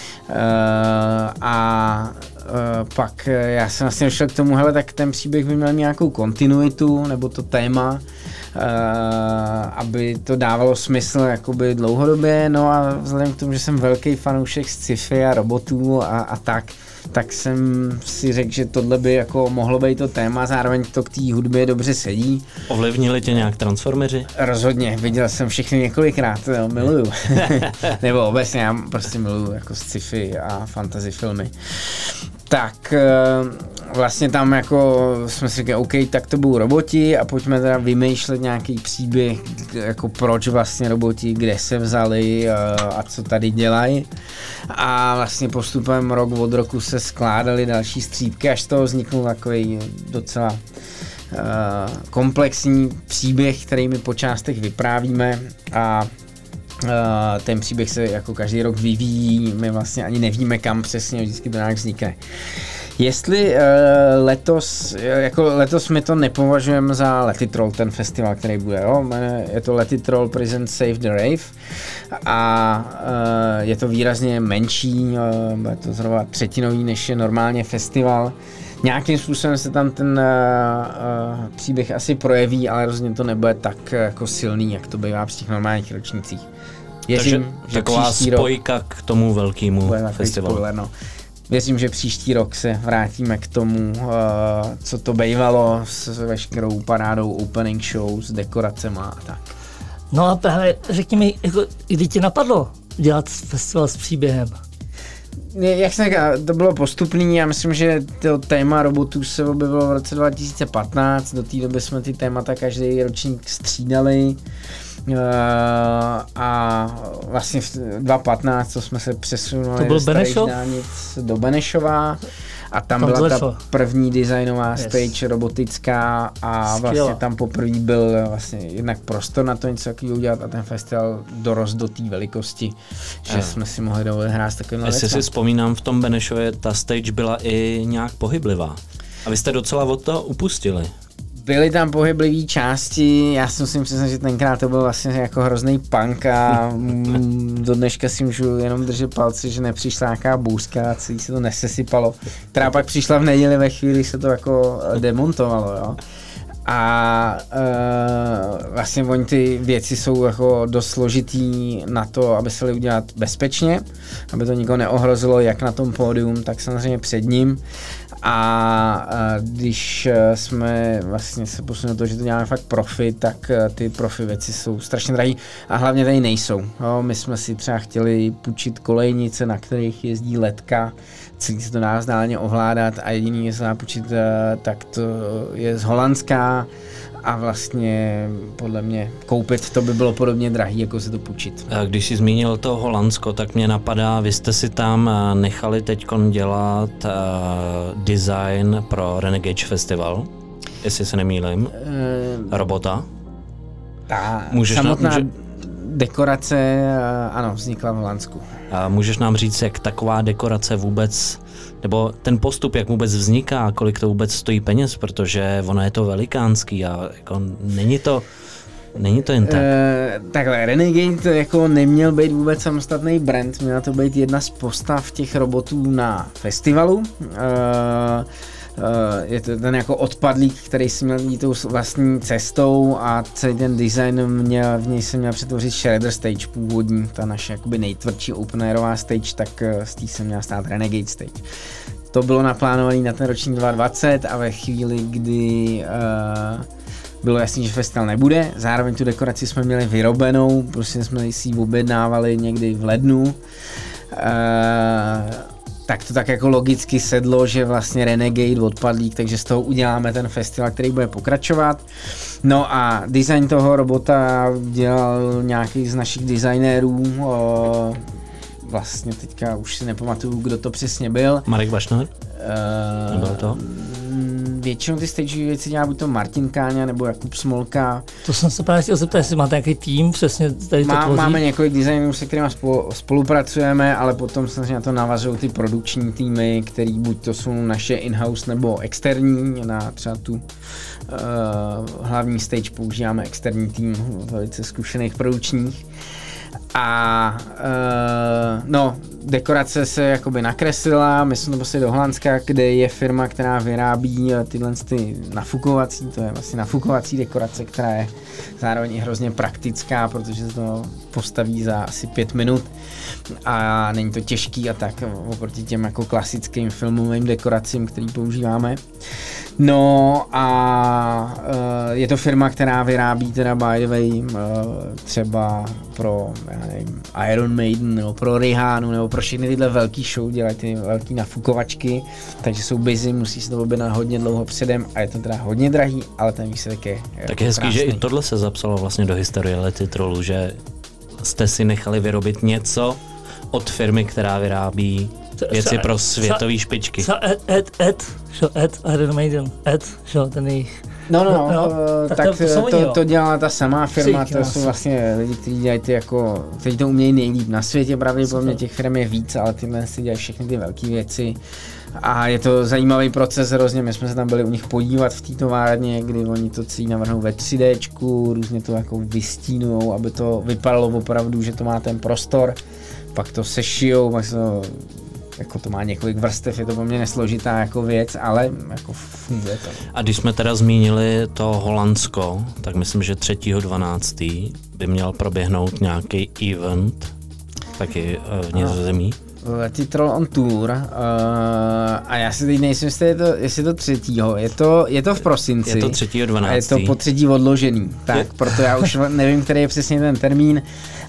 S3: Pak já jsem vlastně došel k tomu, hele, tak ten příběh by měl nějakou kontinuitu, nebo to téma, aby to dávalo smysl jakoby dlouhodobě, no a vzhledem k tomu, že jsem velký fanoušek sci-fi a robotů a tak jsem si řekl, že tohle by jako mohlo být to téma, zároveň to k té hudbě dobře sedí.
S2: Ovlivnili tě nějak Transformeři?
S3: Rozhodně, viděl jsem všechny několikrát, jo, miluju. Nebo obecně já prostě miluju jako sci-fi a fantasy filmy. Tak vlastně tam jako jsme si řekli, OK, tak to budou roboti a pojďme teda vymýšlet nějaký příběh, jako proč vlastně roboti, kde se vzali a co tady dělají. A vlastně postupem rok od roku se skládaly další střípky, až z toho vzniknul takový docela komplexní příběh, který my po částech vyprávíme a ten příběh se jako každý rok vyvíjí, my vlastně ani nevíme kam přesně, vždycky to nějak vznikne. Jestli letos my to nepovažujeme za Let It Roll, ten festival, který bude, jo? Je to Let It Roll Present Save the Rave a je to výrazně menší, bude to zhruba třetinový, než je normálně festival. Nějakým způsobem se tam ten příběh asi projeví, ale rozhodně to nebude tak jako silný, jak to bývá při těch normálních ročnících. Věřím,
S2: takže taková spojka k tomu velkému festivalu. Spoiler, no.
S3: Věřím, že příští rok se vrátíme k tomu, co to bývalo s veškerou parádou opening show, s dekoracema a tak.
S4: No a právě řekni mi, jako, kdy ti napadlo dělat festival s příběhem?
S3: Jak jsem říkal, to bylo postupný, já myslím, že to téma robotů se objevilo v roce 2015, do té doby jsme ty témata každý ročník střídali a vlastně v 2015 to jsme se přesunuli ze starých dálnic do Benešova a tam byla ta první designová stage robotická a vlastně tam poprvé byl vlastně jednak prostor na to něco takového udělat a ten festival dorost do té velikosti, že jsme si mohli dovolit hrát s takovým věcem.
S2: Jestli si vzpomínám, v tom Benešově ta stage byla i nějak pohyblivá a vy jste docela od toho upustili.
S3: Byly tam pohyblivé části, já si musím přiznat, že tenkrát to byl vlastně jako hrozný punk a do dneška si můžu jenom držet palci, že nepřišla nějaká bůzka a celý se to nesesypalo, která pak přišla v neděli ve chvíli, se to jako demontovalo, jo. A vlastně oni ty věci jsou jako dost složitý na to, aby se dali udělat bezpečně, aby to nikoho neohrozilo jak na tom pódium, tak samozřejmě před ním. A když jsme vlastně se posunuli do toho, že to děláme fakt profi, tak ty profi věci jsou strašně drahý a hlavně tady nejsou. Jo, my jsme si třeba chtěli půjčit kolejnice, na kterých jezdí letka, celý se to dá vzdáleně ovládat a jediný, co dá půjčit, tak to je z Holandska a vlastně podle mě koupit to by bylo podobně drahý, jako se to půjčit.
S2: Když jsi zmínil to Holandsko, tak mě napadá, vy jste si tam nechali teďkon dělat design pro Renegade Festival, jestli se nemýlím, robota.
S3: Ta samotná dekorace, ano, vznikla v Holandsku.
S2: A můžeš nám říct, jak taková dekorace vůbec, nebo ten postup, jak vůbec vzniká a kolik to vůbec stojí peněz, protože ono je to velikánský a jako není to jen tak.
S3: Takhle, Renegade jako neměl být vůbec samostatný brand, měla to být jedna z postav těch robotů na festivalu. Je to ten jako odpadlík, který si měl jít tou vlastní cestou a celý ten design v něj se měl přetvořit Shredder Stage původní, ta naše jakoby nejtvrdší open-airová stage, tak z té se měla stát Renegade Stage. To bylo naplánované na ten ročník 2020 a ve chvíli, kdy bylo jasný, že festival nebude, zároveň tu dekoraci jsme měli vyrobenou, prostě jsme si ji objednávali někdy v lednu. Tak to tak jako logicky sedlo, že vlastně Renegade odpadlík, takže z toho uděláme ten festival, který bude pokračovat. No a design toho robota dělal nějaký z našich designérů, vlastně teďka už si nepamatuju, kdo to přesně byl.
S2: Marek Bašnar? Nebyl to?
S3: Většinou ty stage věci dělá buď to Martin Káňa nebo Jakub Smolka.
S4: To jsem se právě chtěl zeptat, jestli máte nějaký tým přesně tady to tvoří?
S3: Máme několik designérů, se kterými spolupracujeme, ale potom samozřejmě na to navazují ty produkční týmy, který buď to jsou naše in-house nebo externí. Na třeba tu hlavní stage používáme externí tým velice zkušených produkčních. A dekorace se jakoby nakreslila, my jsme to poslali do Holandska, kde je firma, která vyrábí tyhle nafukovací, to je vlastně nafukovací dekorace, která je zároveň i hrozně praktická, protože se to postaví za asi 5 minut a není to těžký a tak oproti těm jako klasickým filmovým dekoracím, který používáme. No a je to firma, která vyrábí teda by the way třeba pro Iron Maiden nebo pro Rihannu nebo pro všechny tyhle velký show, dělají ty velký nafukovačky, takže jsou busy, musí se to objednat hodně dlouho předem a je to teda hodně drahý, ale ten výsledek je
S2: tak je hezký, krásný. Že i tohle se zapsalo vlastně do historie Let It Rollu, že jste si nechali vyrobit něco od firmy, která vyrábí věci pro světové špičky.
S4: Ed Iron Maiden, ten jejich.
S3: Tak to dělá ta samá firma, to jsou vlastně lidi, kteří dělají ty jako, kteří to umějí nejlíp na světě, pravděpodobně těch firm je víc, ale tyhle si dělají všechny ty velké věci. A je to zajímavý proces hrozně, my jsme se tam byli u nich podívat v té továrně, kdy oni to celý navrhnou ve 3Dčku, různě to jako vystínujou, aby to vypadalo opravdu, že to má ten prostor, pak to sešijou, pak to jako to má několik vrstev, je to poměrně složitá jako věc, ale jako funguje to.
S2: A když jsme teda zmínili to Holandsko, tak myslím, že 3.12. by měl proběhnout nějaký event, taky v Nizozemí.
S3: Let It Roll on Tour a já si teď nejsem jistý, jestli to 3. Je to v prosinci.
S2: Je to 3.12.
S3: A je to po 3. odložený, tak proto já už nevím, který je přesně ten termín.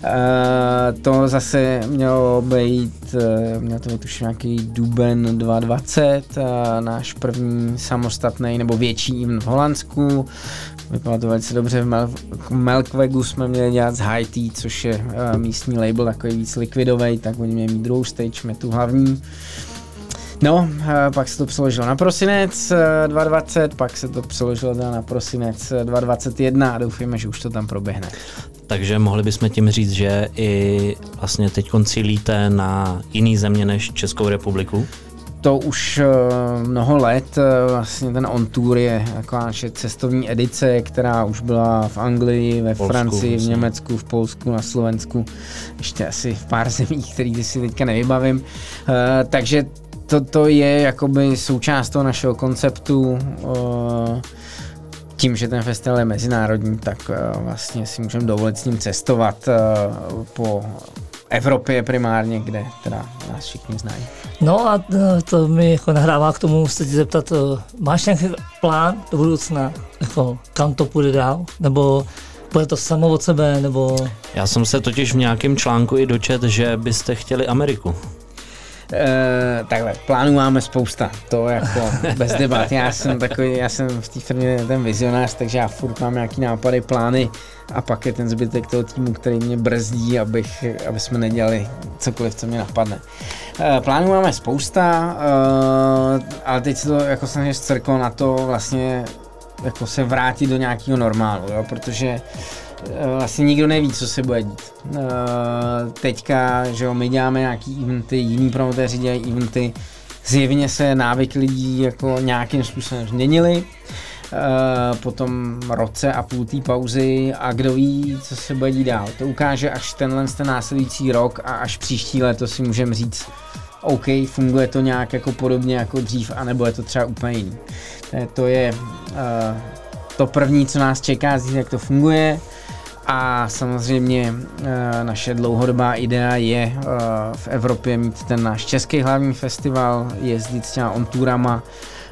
S3: To zase mělo být už nějaký duben 2020, náš první samostatný nebo větší event v Holandsku. Vypadá to velice dobře, v Melkwegu jsme měli dělat s High Tea, což je místní label, takový víc likvidovej, tak oni měli mít druhou stage, my tu hlavní. No, pak se to přeložilo na prosinec 2020, pak se to přeložilo na prosinec 2021 a doufujeme, že už to tam proběhne.
S2: Takže mohli bychom tím říct, že i vlastně teď cílíte na jiný země než Českou republiku?
S3: To už mnoho let, vlastně ten On Tour je taková naše cestovní edice, která už byla v Anglii, ve Francii, v Německu, v Polsku, na Slovensku, ještě asi v pár zemích, který si teďka nevybavím. Takže to je jakoby součást toho našeho konceptu. Tím, že ten festival je mezinárodní, tak vlastně si můžeme dovolit s ním cestovat po Evropě primárně, kde teda nás všichni znají.
S4: No a to mi jako nahrává k tomu, se ti zeptat, máš nějaký plán do budoucna, jako kam to půjde dál, nebo bude to samo od sebe, nebo...
S2: Já jsem se totiž v nějakém článku i dočet, že byste chtěli Ameriku.
S3: Takhle, plánů máme spousta, to jako bez debat. Já jsem v té firmě ten vizionář, takže já furt mám nějaký nápady, plány a pak je ten zbytek toho týmu, který mě brzdí, aby jsme nedělali cokoliv, co mě napadne. Plánů máme spousta, ale teď se to jako snažím zcrklo na to vlastně jako se vrátit do nějakého normálu, jo, protože vlastně nikdo neví, co se bude dít. Teďka, že jo, my děláme nějaký eventy, jiní promotéři dělají eventy, zjevně se návyky lidí jako nějakým způsobem změnily. Po tom roce a půl té pauzy a kdo ví, co se bude dít dál. To ukáže až ten následující rok a až příští léto si můžeme říct, OK, funguje to nějak jako podobně jako dřív, anebo je to třeba úplně jiný. To je to první, co nás čeká, zjistit, jak to funguje. A samozřejmě naše dlouhodobá idea je v Evropě mít ten náš český hlavní festival, jezdit s těma on-tourama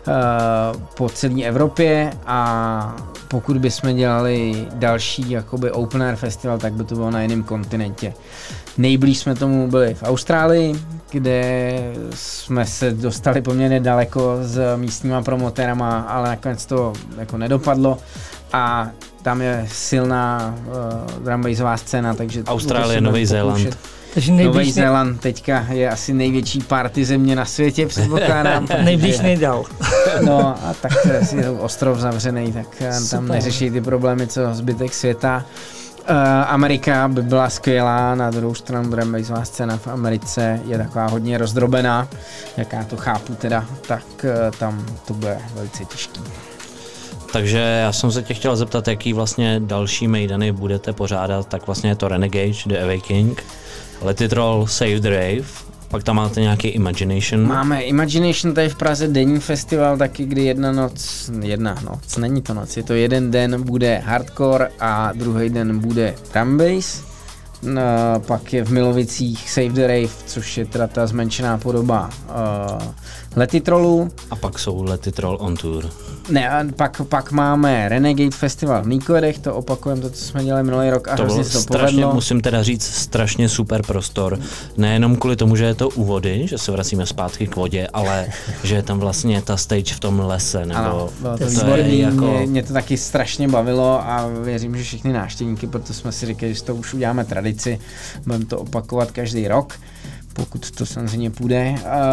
S3: po celé Evropě a pokud bychom dělali další jakoby open air festival, tak by to bylo na jiném kontinentě. Nejblíž jsme tomu byli v Austrálii, kde jsme se dostali poměrně daleko s místníma promotérama, ale nakonec to jako nedopadlo a tam je silná drumbassová scéna, takže
S2: Austrálie, Nový Zéland.
S3: Nový Zéland teďka je asi největší party země na světě, předpokládám.
S4: Nejblíž nejdál.
S3: No a tak je ostrov zavřený, tak tam neřeší ty problémy, co zbytek světa. Amerika by byla skvělá, na druhou stranu drumbassová scéna v Americe je taková hodně rozdrobená, jak já to chápu teda, tak tam to bude velice těžký.
S2: Takže já jsem se tě chtěl zeptat, jaký vlastně další mejdany budete pořádat, tak vlastně je to Renegade, The Awakening, Let It Roll, Save the Rave, pak tam máte nějaký Imagination.
S3: Máme Imagination, tady v Praze denní festival, taky kdy jedna noc, není to noc, je to jeden den bude hardcore a druhý den bude drum bass. Pak je v Milovicích Save the Rave, což je teda ta zmenšená podoba Let It Rollu.
S2: A pak jsou Let It Roll on tour.
S3: Ne, pak máme Renegade Festival v Níkojedech, to opakujeme, to, co jsme dělali minulý rok a hrozně se to
S2: strašně,
S3: povedlo.
S2: musím teda říct, strašně super prostor. Nejenom kvůli tomu, že je to u vody, že se vracíme zpátky k vodě, ale že je tam vlastně ta stage v tom lese, nebo
S3: ano, bylo to
S2: to
S3: výborný,
S2: jako...
S3: mě to taky strašně bavilo a věřím, že všichni návštěvníky, proto jsme si říkali, že to už uděláme tradici, budeme to opakovat každý rok, pokud to samozřejmě půjde.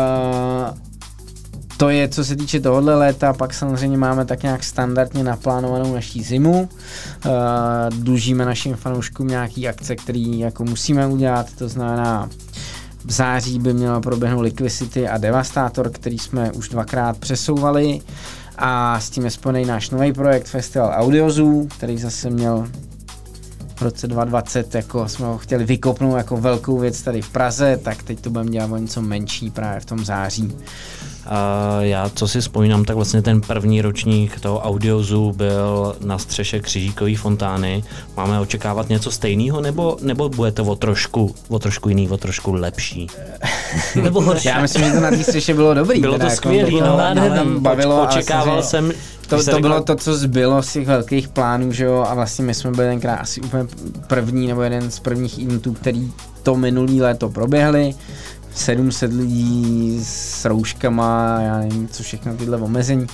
S3: To je, co se týče tohohle léta, pak samozřejmě máme tak nějak standardně naplánovanou naší zimu. Dlužíme našim fanouškům nějaký akce, které jako musíme udělat, to znamená v září by měla proběhnout Liquidity a Devastator, který jsme už dvakrát přesouvali a s tím je spojený náš nový projekt Festival Audiozoo, který zase měl v roce 2020, jako jsme ho chtěli vykopnout jako velkou věc tady v Praze, tak teď to budeme dělat o něco menší právě v tom září.
S2: Já, co si vzpomínám, tak vlastně ten první ročník toho Audiozoo byl na střeše Křižíkový fontány. Máme očekávat něco stejného, nebo bude to o trošku jiný, o trošku lepší?
S4: Nebo horší.
S3: Já myslím, že to na té střeše bylo dobrý.
S2: Bylo
S3: teda,
S2: to skvělý,
S3: jako,
S2: no.
S3: Bavilo,
S2: očekával jsem...
S3: To bylo to, co zbylo z těch velkých plánů, že jo, a vlastně my jsme byli tenkrát asi úplně první nebo jeden z prvních eventů, který to minulý léto proběhly. 700 lidí s rouškama, já nevím, co všechno tyhle omezení.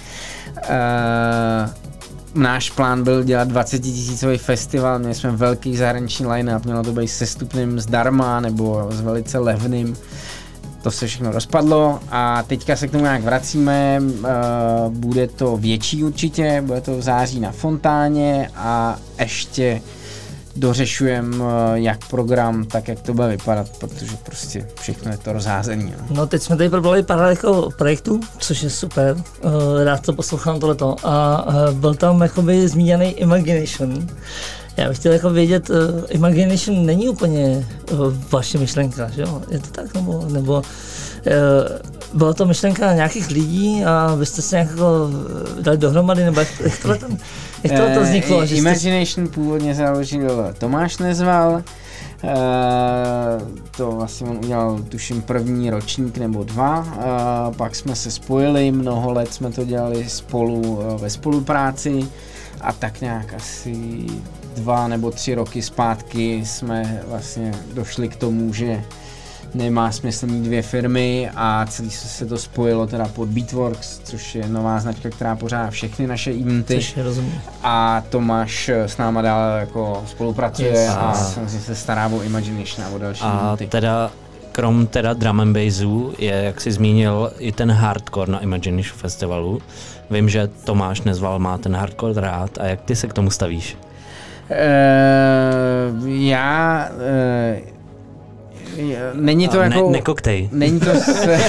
S3: Náš plán byl dělat 20 000 festival, měli jsme velký zahraniční line-up, mělo to být sestupným zdarma nebo s velice levným. To se všechno rozpadlo a teďka se k tomu nějak vracíme, bude to větší určitě, bude to v září na Fontáně a ještě dořešujeme jak program, tak jak to bude vypadat, protože prostě všechno je to rozházený.
S4: No teď jsme tady probrali pár jako projektů, což je super, rád to poslouchám tohleto a byl tam jakoby zmíněný Imagination. Já bych chtěl jako vědět, Imagination není úplně vaše myšlenka, že jo? Je to tak, nebo byla to myšlenka nějakých lidí a vy jste se nějak jako dali dohromady, nebo jak tohle to vzniklo?
S3: Imagination původně založil Tomáš Nezval, to vlastně on udělal tuším první ročník nebo dva, pak jsme se spojili, mnoho let jsme to dělali spolu ve spolupráci a tak nějak asi 2 nebo 3 roky zpátky jsme vlastně došli k tomu, že nemá smysl mít 2 firmy a celý se to spojilo teda pod Beatworks, což je nová značka, která pořádá všechny naše eventy.
S4: Což je rozumím.
S3: A Tomáš s náma dál jako spolupracuje a samozřejmě se stará o Imagination a o další eventy.
S2: Teda krom teda drum and bassu je, jak jsi zmínil, i ten hardcore na Imagination Festivalu. Vím, že Tomáš Nezval má ten hardcore rád a jak ty se k tomu stavíš?
S3: Není to jako...
S2: Nekoktej.
S3: Není to...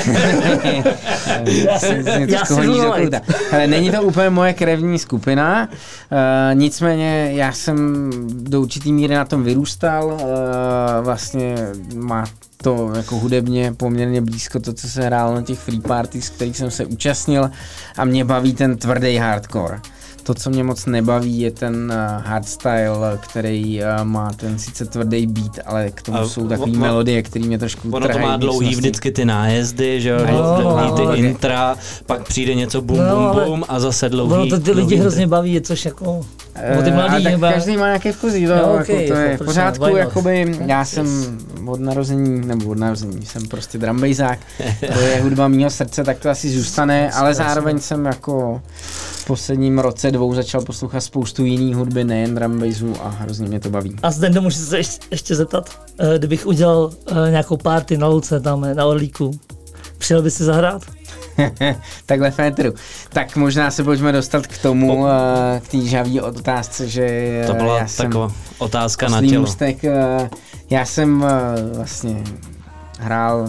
S3: Není to úplně moje krevní skupina, nicméně já jsem do určitý míry na tom vyrůstal, vlastně má to jako hudebně poměrně blízko to, co se hrálo na těch free parties, kterých jsem se účastnil, a mě baví ten tvrdý hardcore. To, co mě moc nebaví, je ten hardstyle, který má ten sice tvrdý beat, ale k tomu jsou takový melodie, které mě trošku
S2: trhají. Ono to má dlouhý vždycky ty nájezdy, že jo, ty intra, pak přijde něco bum bum bum a zase dlouhý.
S4: Ono to ty lidi hrozně baví, což jako... Ty mladí
S3: tak každý má nějaké vkuzy, to je v pořádku, jakoby já jsem od narození, jsem prostě drumbejzák, to je hudba mýho srdce, tak to asi zůstane, ale zároveň jsem jako v posledním roce 2 začal poslouchat spoustu jiných hudby, nejen drumbejzu, a hrozně mě to baví.
S4: A Zdendo, můžu se ještě zeptat, kdybych udělal nějakou party na Luce tam na Orlíku, přijel by si zahrát?
S3: Takhle féteru. Tak možná se pojďme dostat k tomu, k té žavý otázce, že
S2: to byla taková otázka na tělo.
S3: Můstek, já jsem vlastně hrál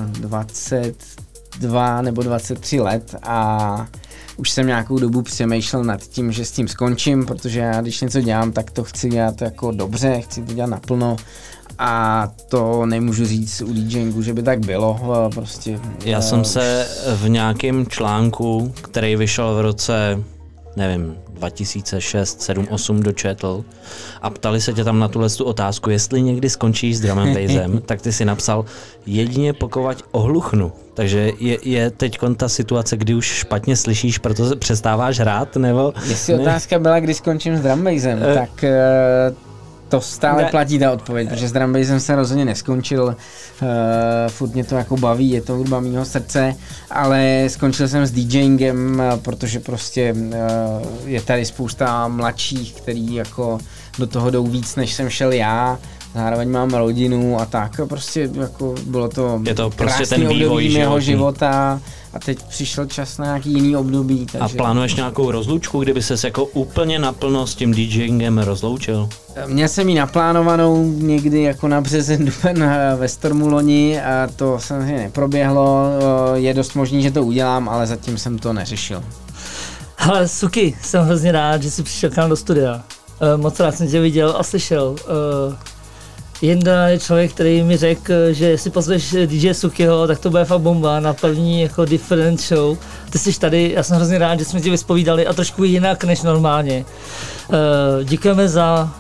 S3: 22 nebo 23 let a už jsem nějakou dobu přemýšlel nad tím, že s tím skončím, protože já když něco dělám, tak to chci dělat jako dobře, chci to dělat naplno. A to nemůžu říct u DJingu, že by tak bylo, prostě.
S2: Já jsem se v nějakém článku, který vyšel v roce, nevím, 2006, 7, 8 dočetl a ptali se tě tam na tu otázku, jestli někdy skončíš s drum and bassem, tak ty si napsal jedině pokud ohluchnu. Takže je teď ta situace, kdy už špatně slyšíš, proto přestáváš hrát, nebo?
S3: Jestli otázka byla, kdy skončím s drum bassem, tak... To stále platí ta odpověď, protože s drum bassem se rozhodně neskončil, furt mě to jako baví, je to hudba mýho srdce, ale skončil jsem s DJingem, protože prostě je tady spousta mladších, který jako do toho jdou víc, než jsem šel já, zároveň mám rodinu a tak, prostě jako bylo to,
S2: prostě ten vývoj
S3: mého života. A teď přišel čas na nějaký jiný období. Takže...
S2: A plánuješ nějakou rozlučku, kdyby ses jako úplně naplno s tím DJingem rozloučil?
S3: Měl jsem ji naplánovanou někdy jako na březen, duben ve Stormu loni a to samozřejmě neproběhlo. Je dost možný, že to udělám, ale zatím jsem to neřešil.
S4: Ale Suki, jsem hrozně rád, že jsi přišel k nám do studia. Moc rád jsem tě viděl a slyšel. Jenda je člověk, který mi řekl, že jestli pozveš DJ Sukiho, tak to bude fakt bomba na první jako different show. Ty jsi tady, já jsem hrozně rád, že jsme ti vyspovídali a trošku jinak než normálně. Děkujeme za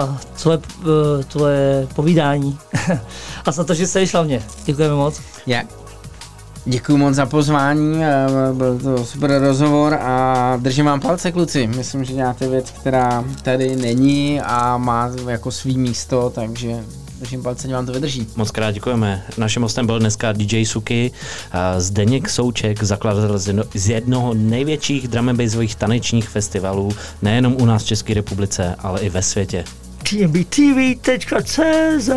S4: tvoje povídání a za to, že jsi hlavně. Děkujeme moc.
S3: Děkuji moc za pozvání, byl to super rozhovor a držím vám palce, kluci. Myslím, že děláte věc, která tady není a má jako svý místo, takže držím palce, vám to vydrží.
S2: Moc krát děkujeme. Naším hostem byl dneska DJ Suki, Zdeněk Souček, zakladatel z jednoho největších drum and bassových tanečních festivalů, nejenom u nás v České republice, ale i ve světě.
S4: tmbtv.cz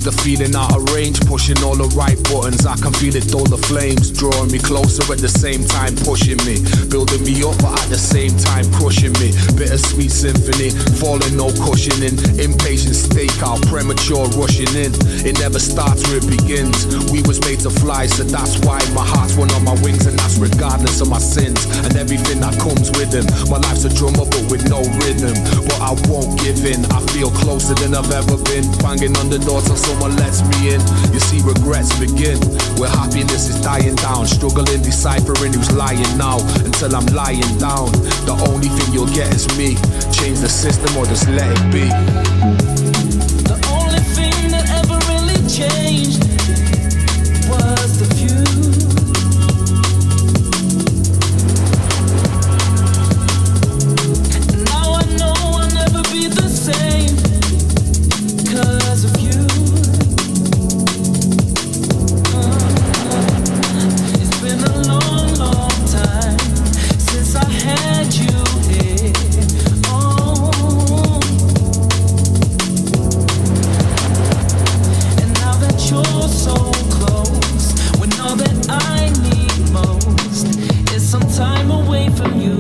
S7: Is the feeling out of range, pushing all the right buttons. I can feel it, all the flames drawing me closer at the same time, pushing me, building me up, but at the same time crushing me. Bittersweet symphony, falling, no cushioning. Impatient stakeout, premature rushing in. It never starts where it begins. We was made to fly, so that's why my heart's one on my wings, and that's regardless of my sins and everything that comes with them. My life's a drummer, but with no rhythm. But I won't give in. I feel closer than I've ever been. Banging on the door till someone lets me in. You see, regrets begin where happiness is dying down. Struggling, deciphering who's lying now until I'm lying down. The only thing you'll get is me. Change the system or just let it be.
S5: The only thing that ever really changed was the view. And now I know I'll never be the same 'cause of you. It's been a long, long time since I had you here. Oh. And now that you're so close, when all that I need most is some time away from you.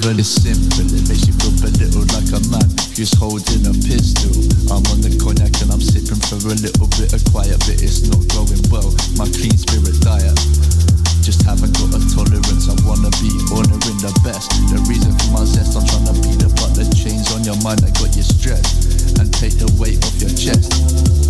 S8: It's simple, it makes you feel belittled like a man who's holding a pistol. I'm on the cognac and I'm sipping for a little bit of quiet, but it's not going well. My clean spirit diet, just haven't got a tolerance. I wanna be honouring the best. The reason for my zest, I'm trying to beat the chains on your mind that got you stressed and take the weight off your chest.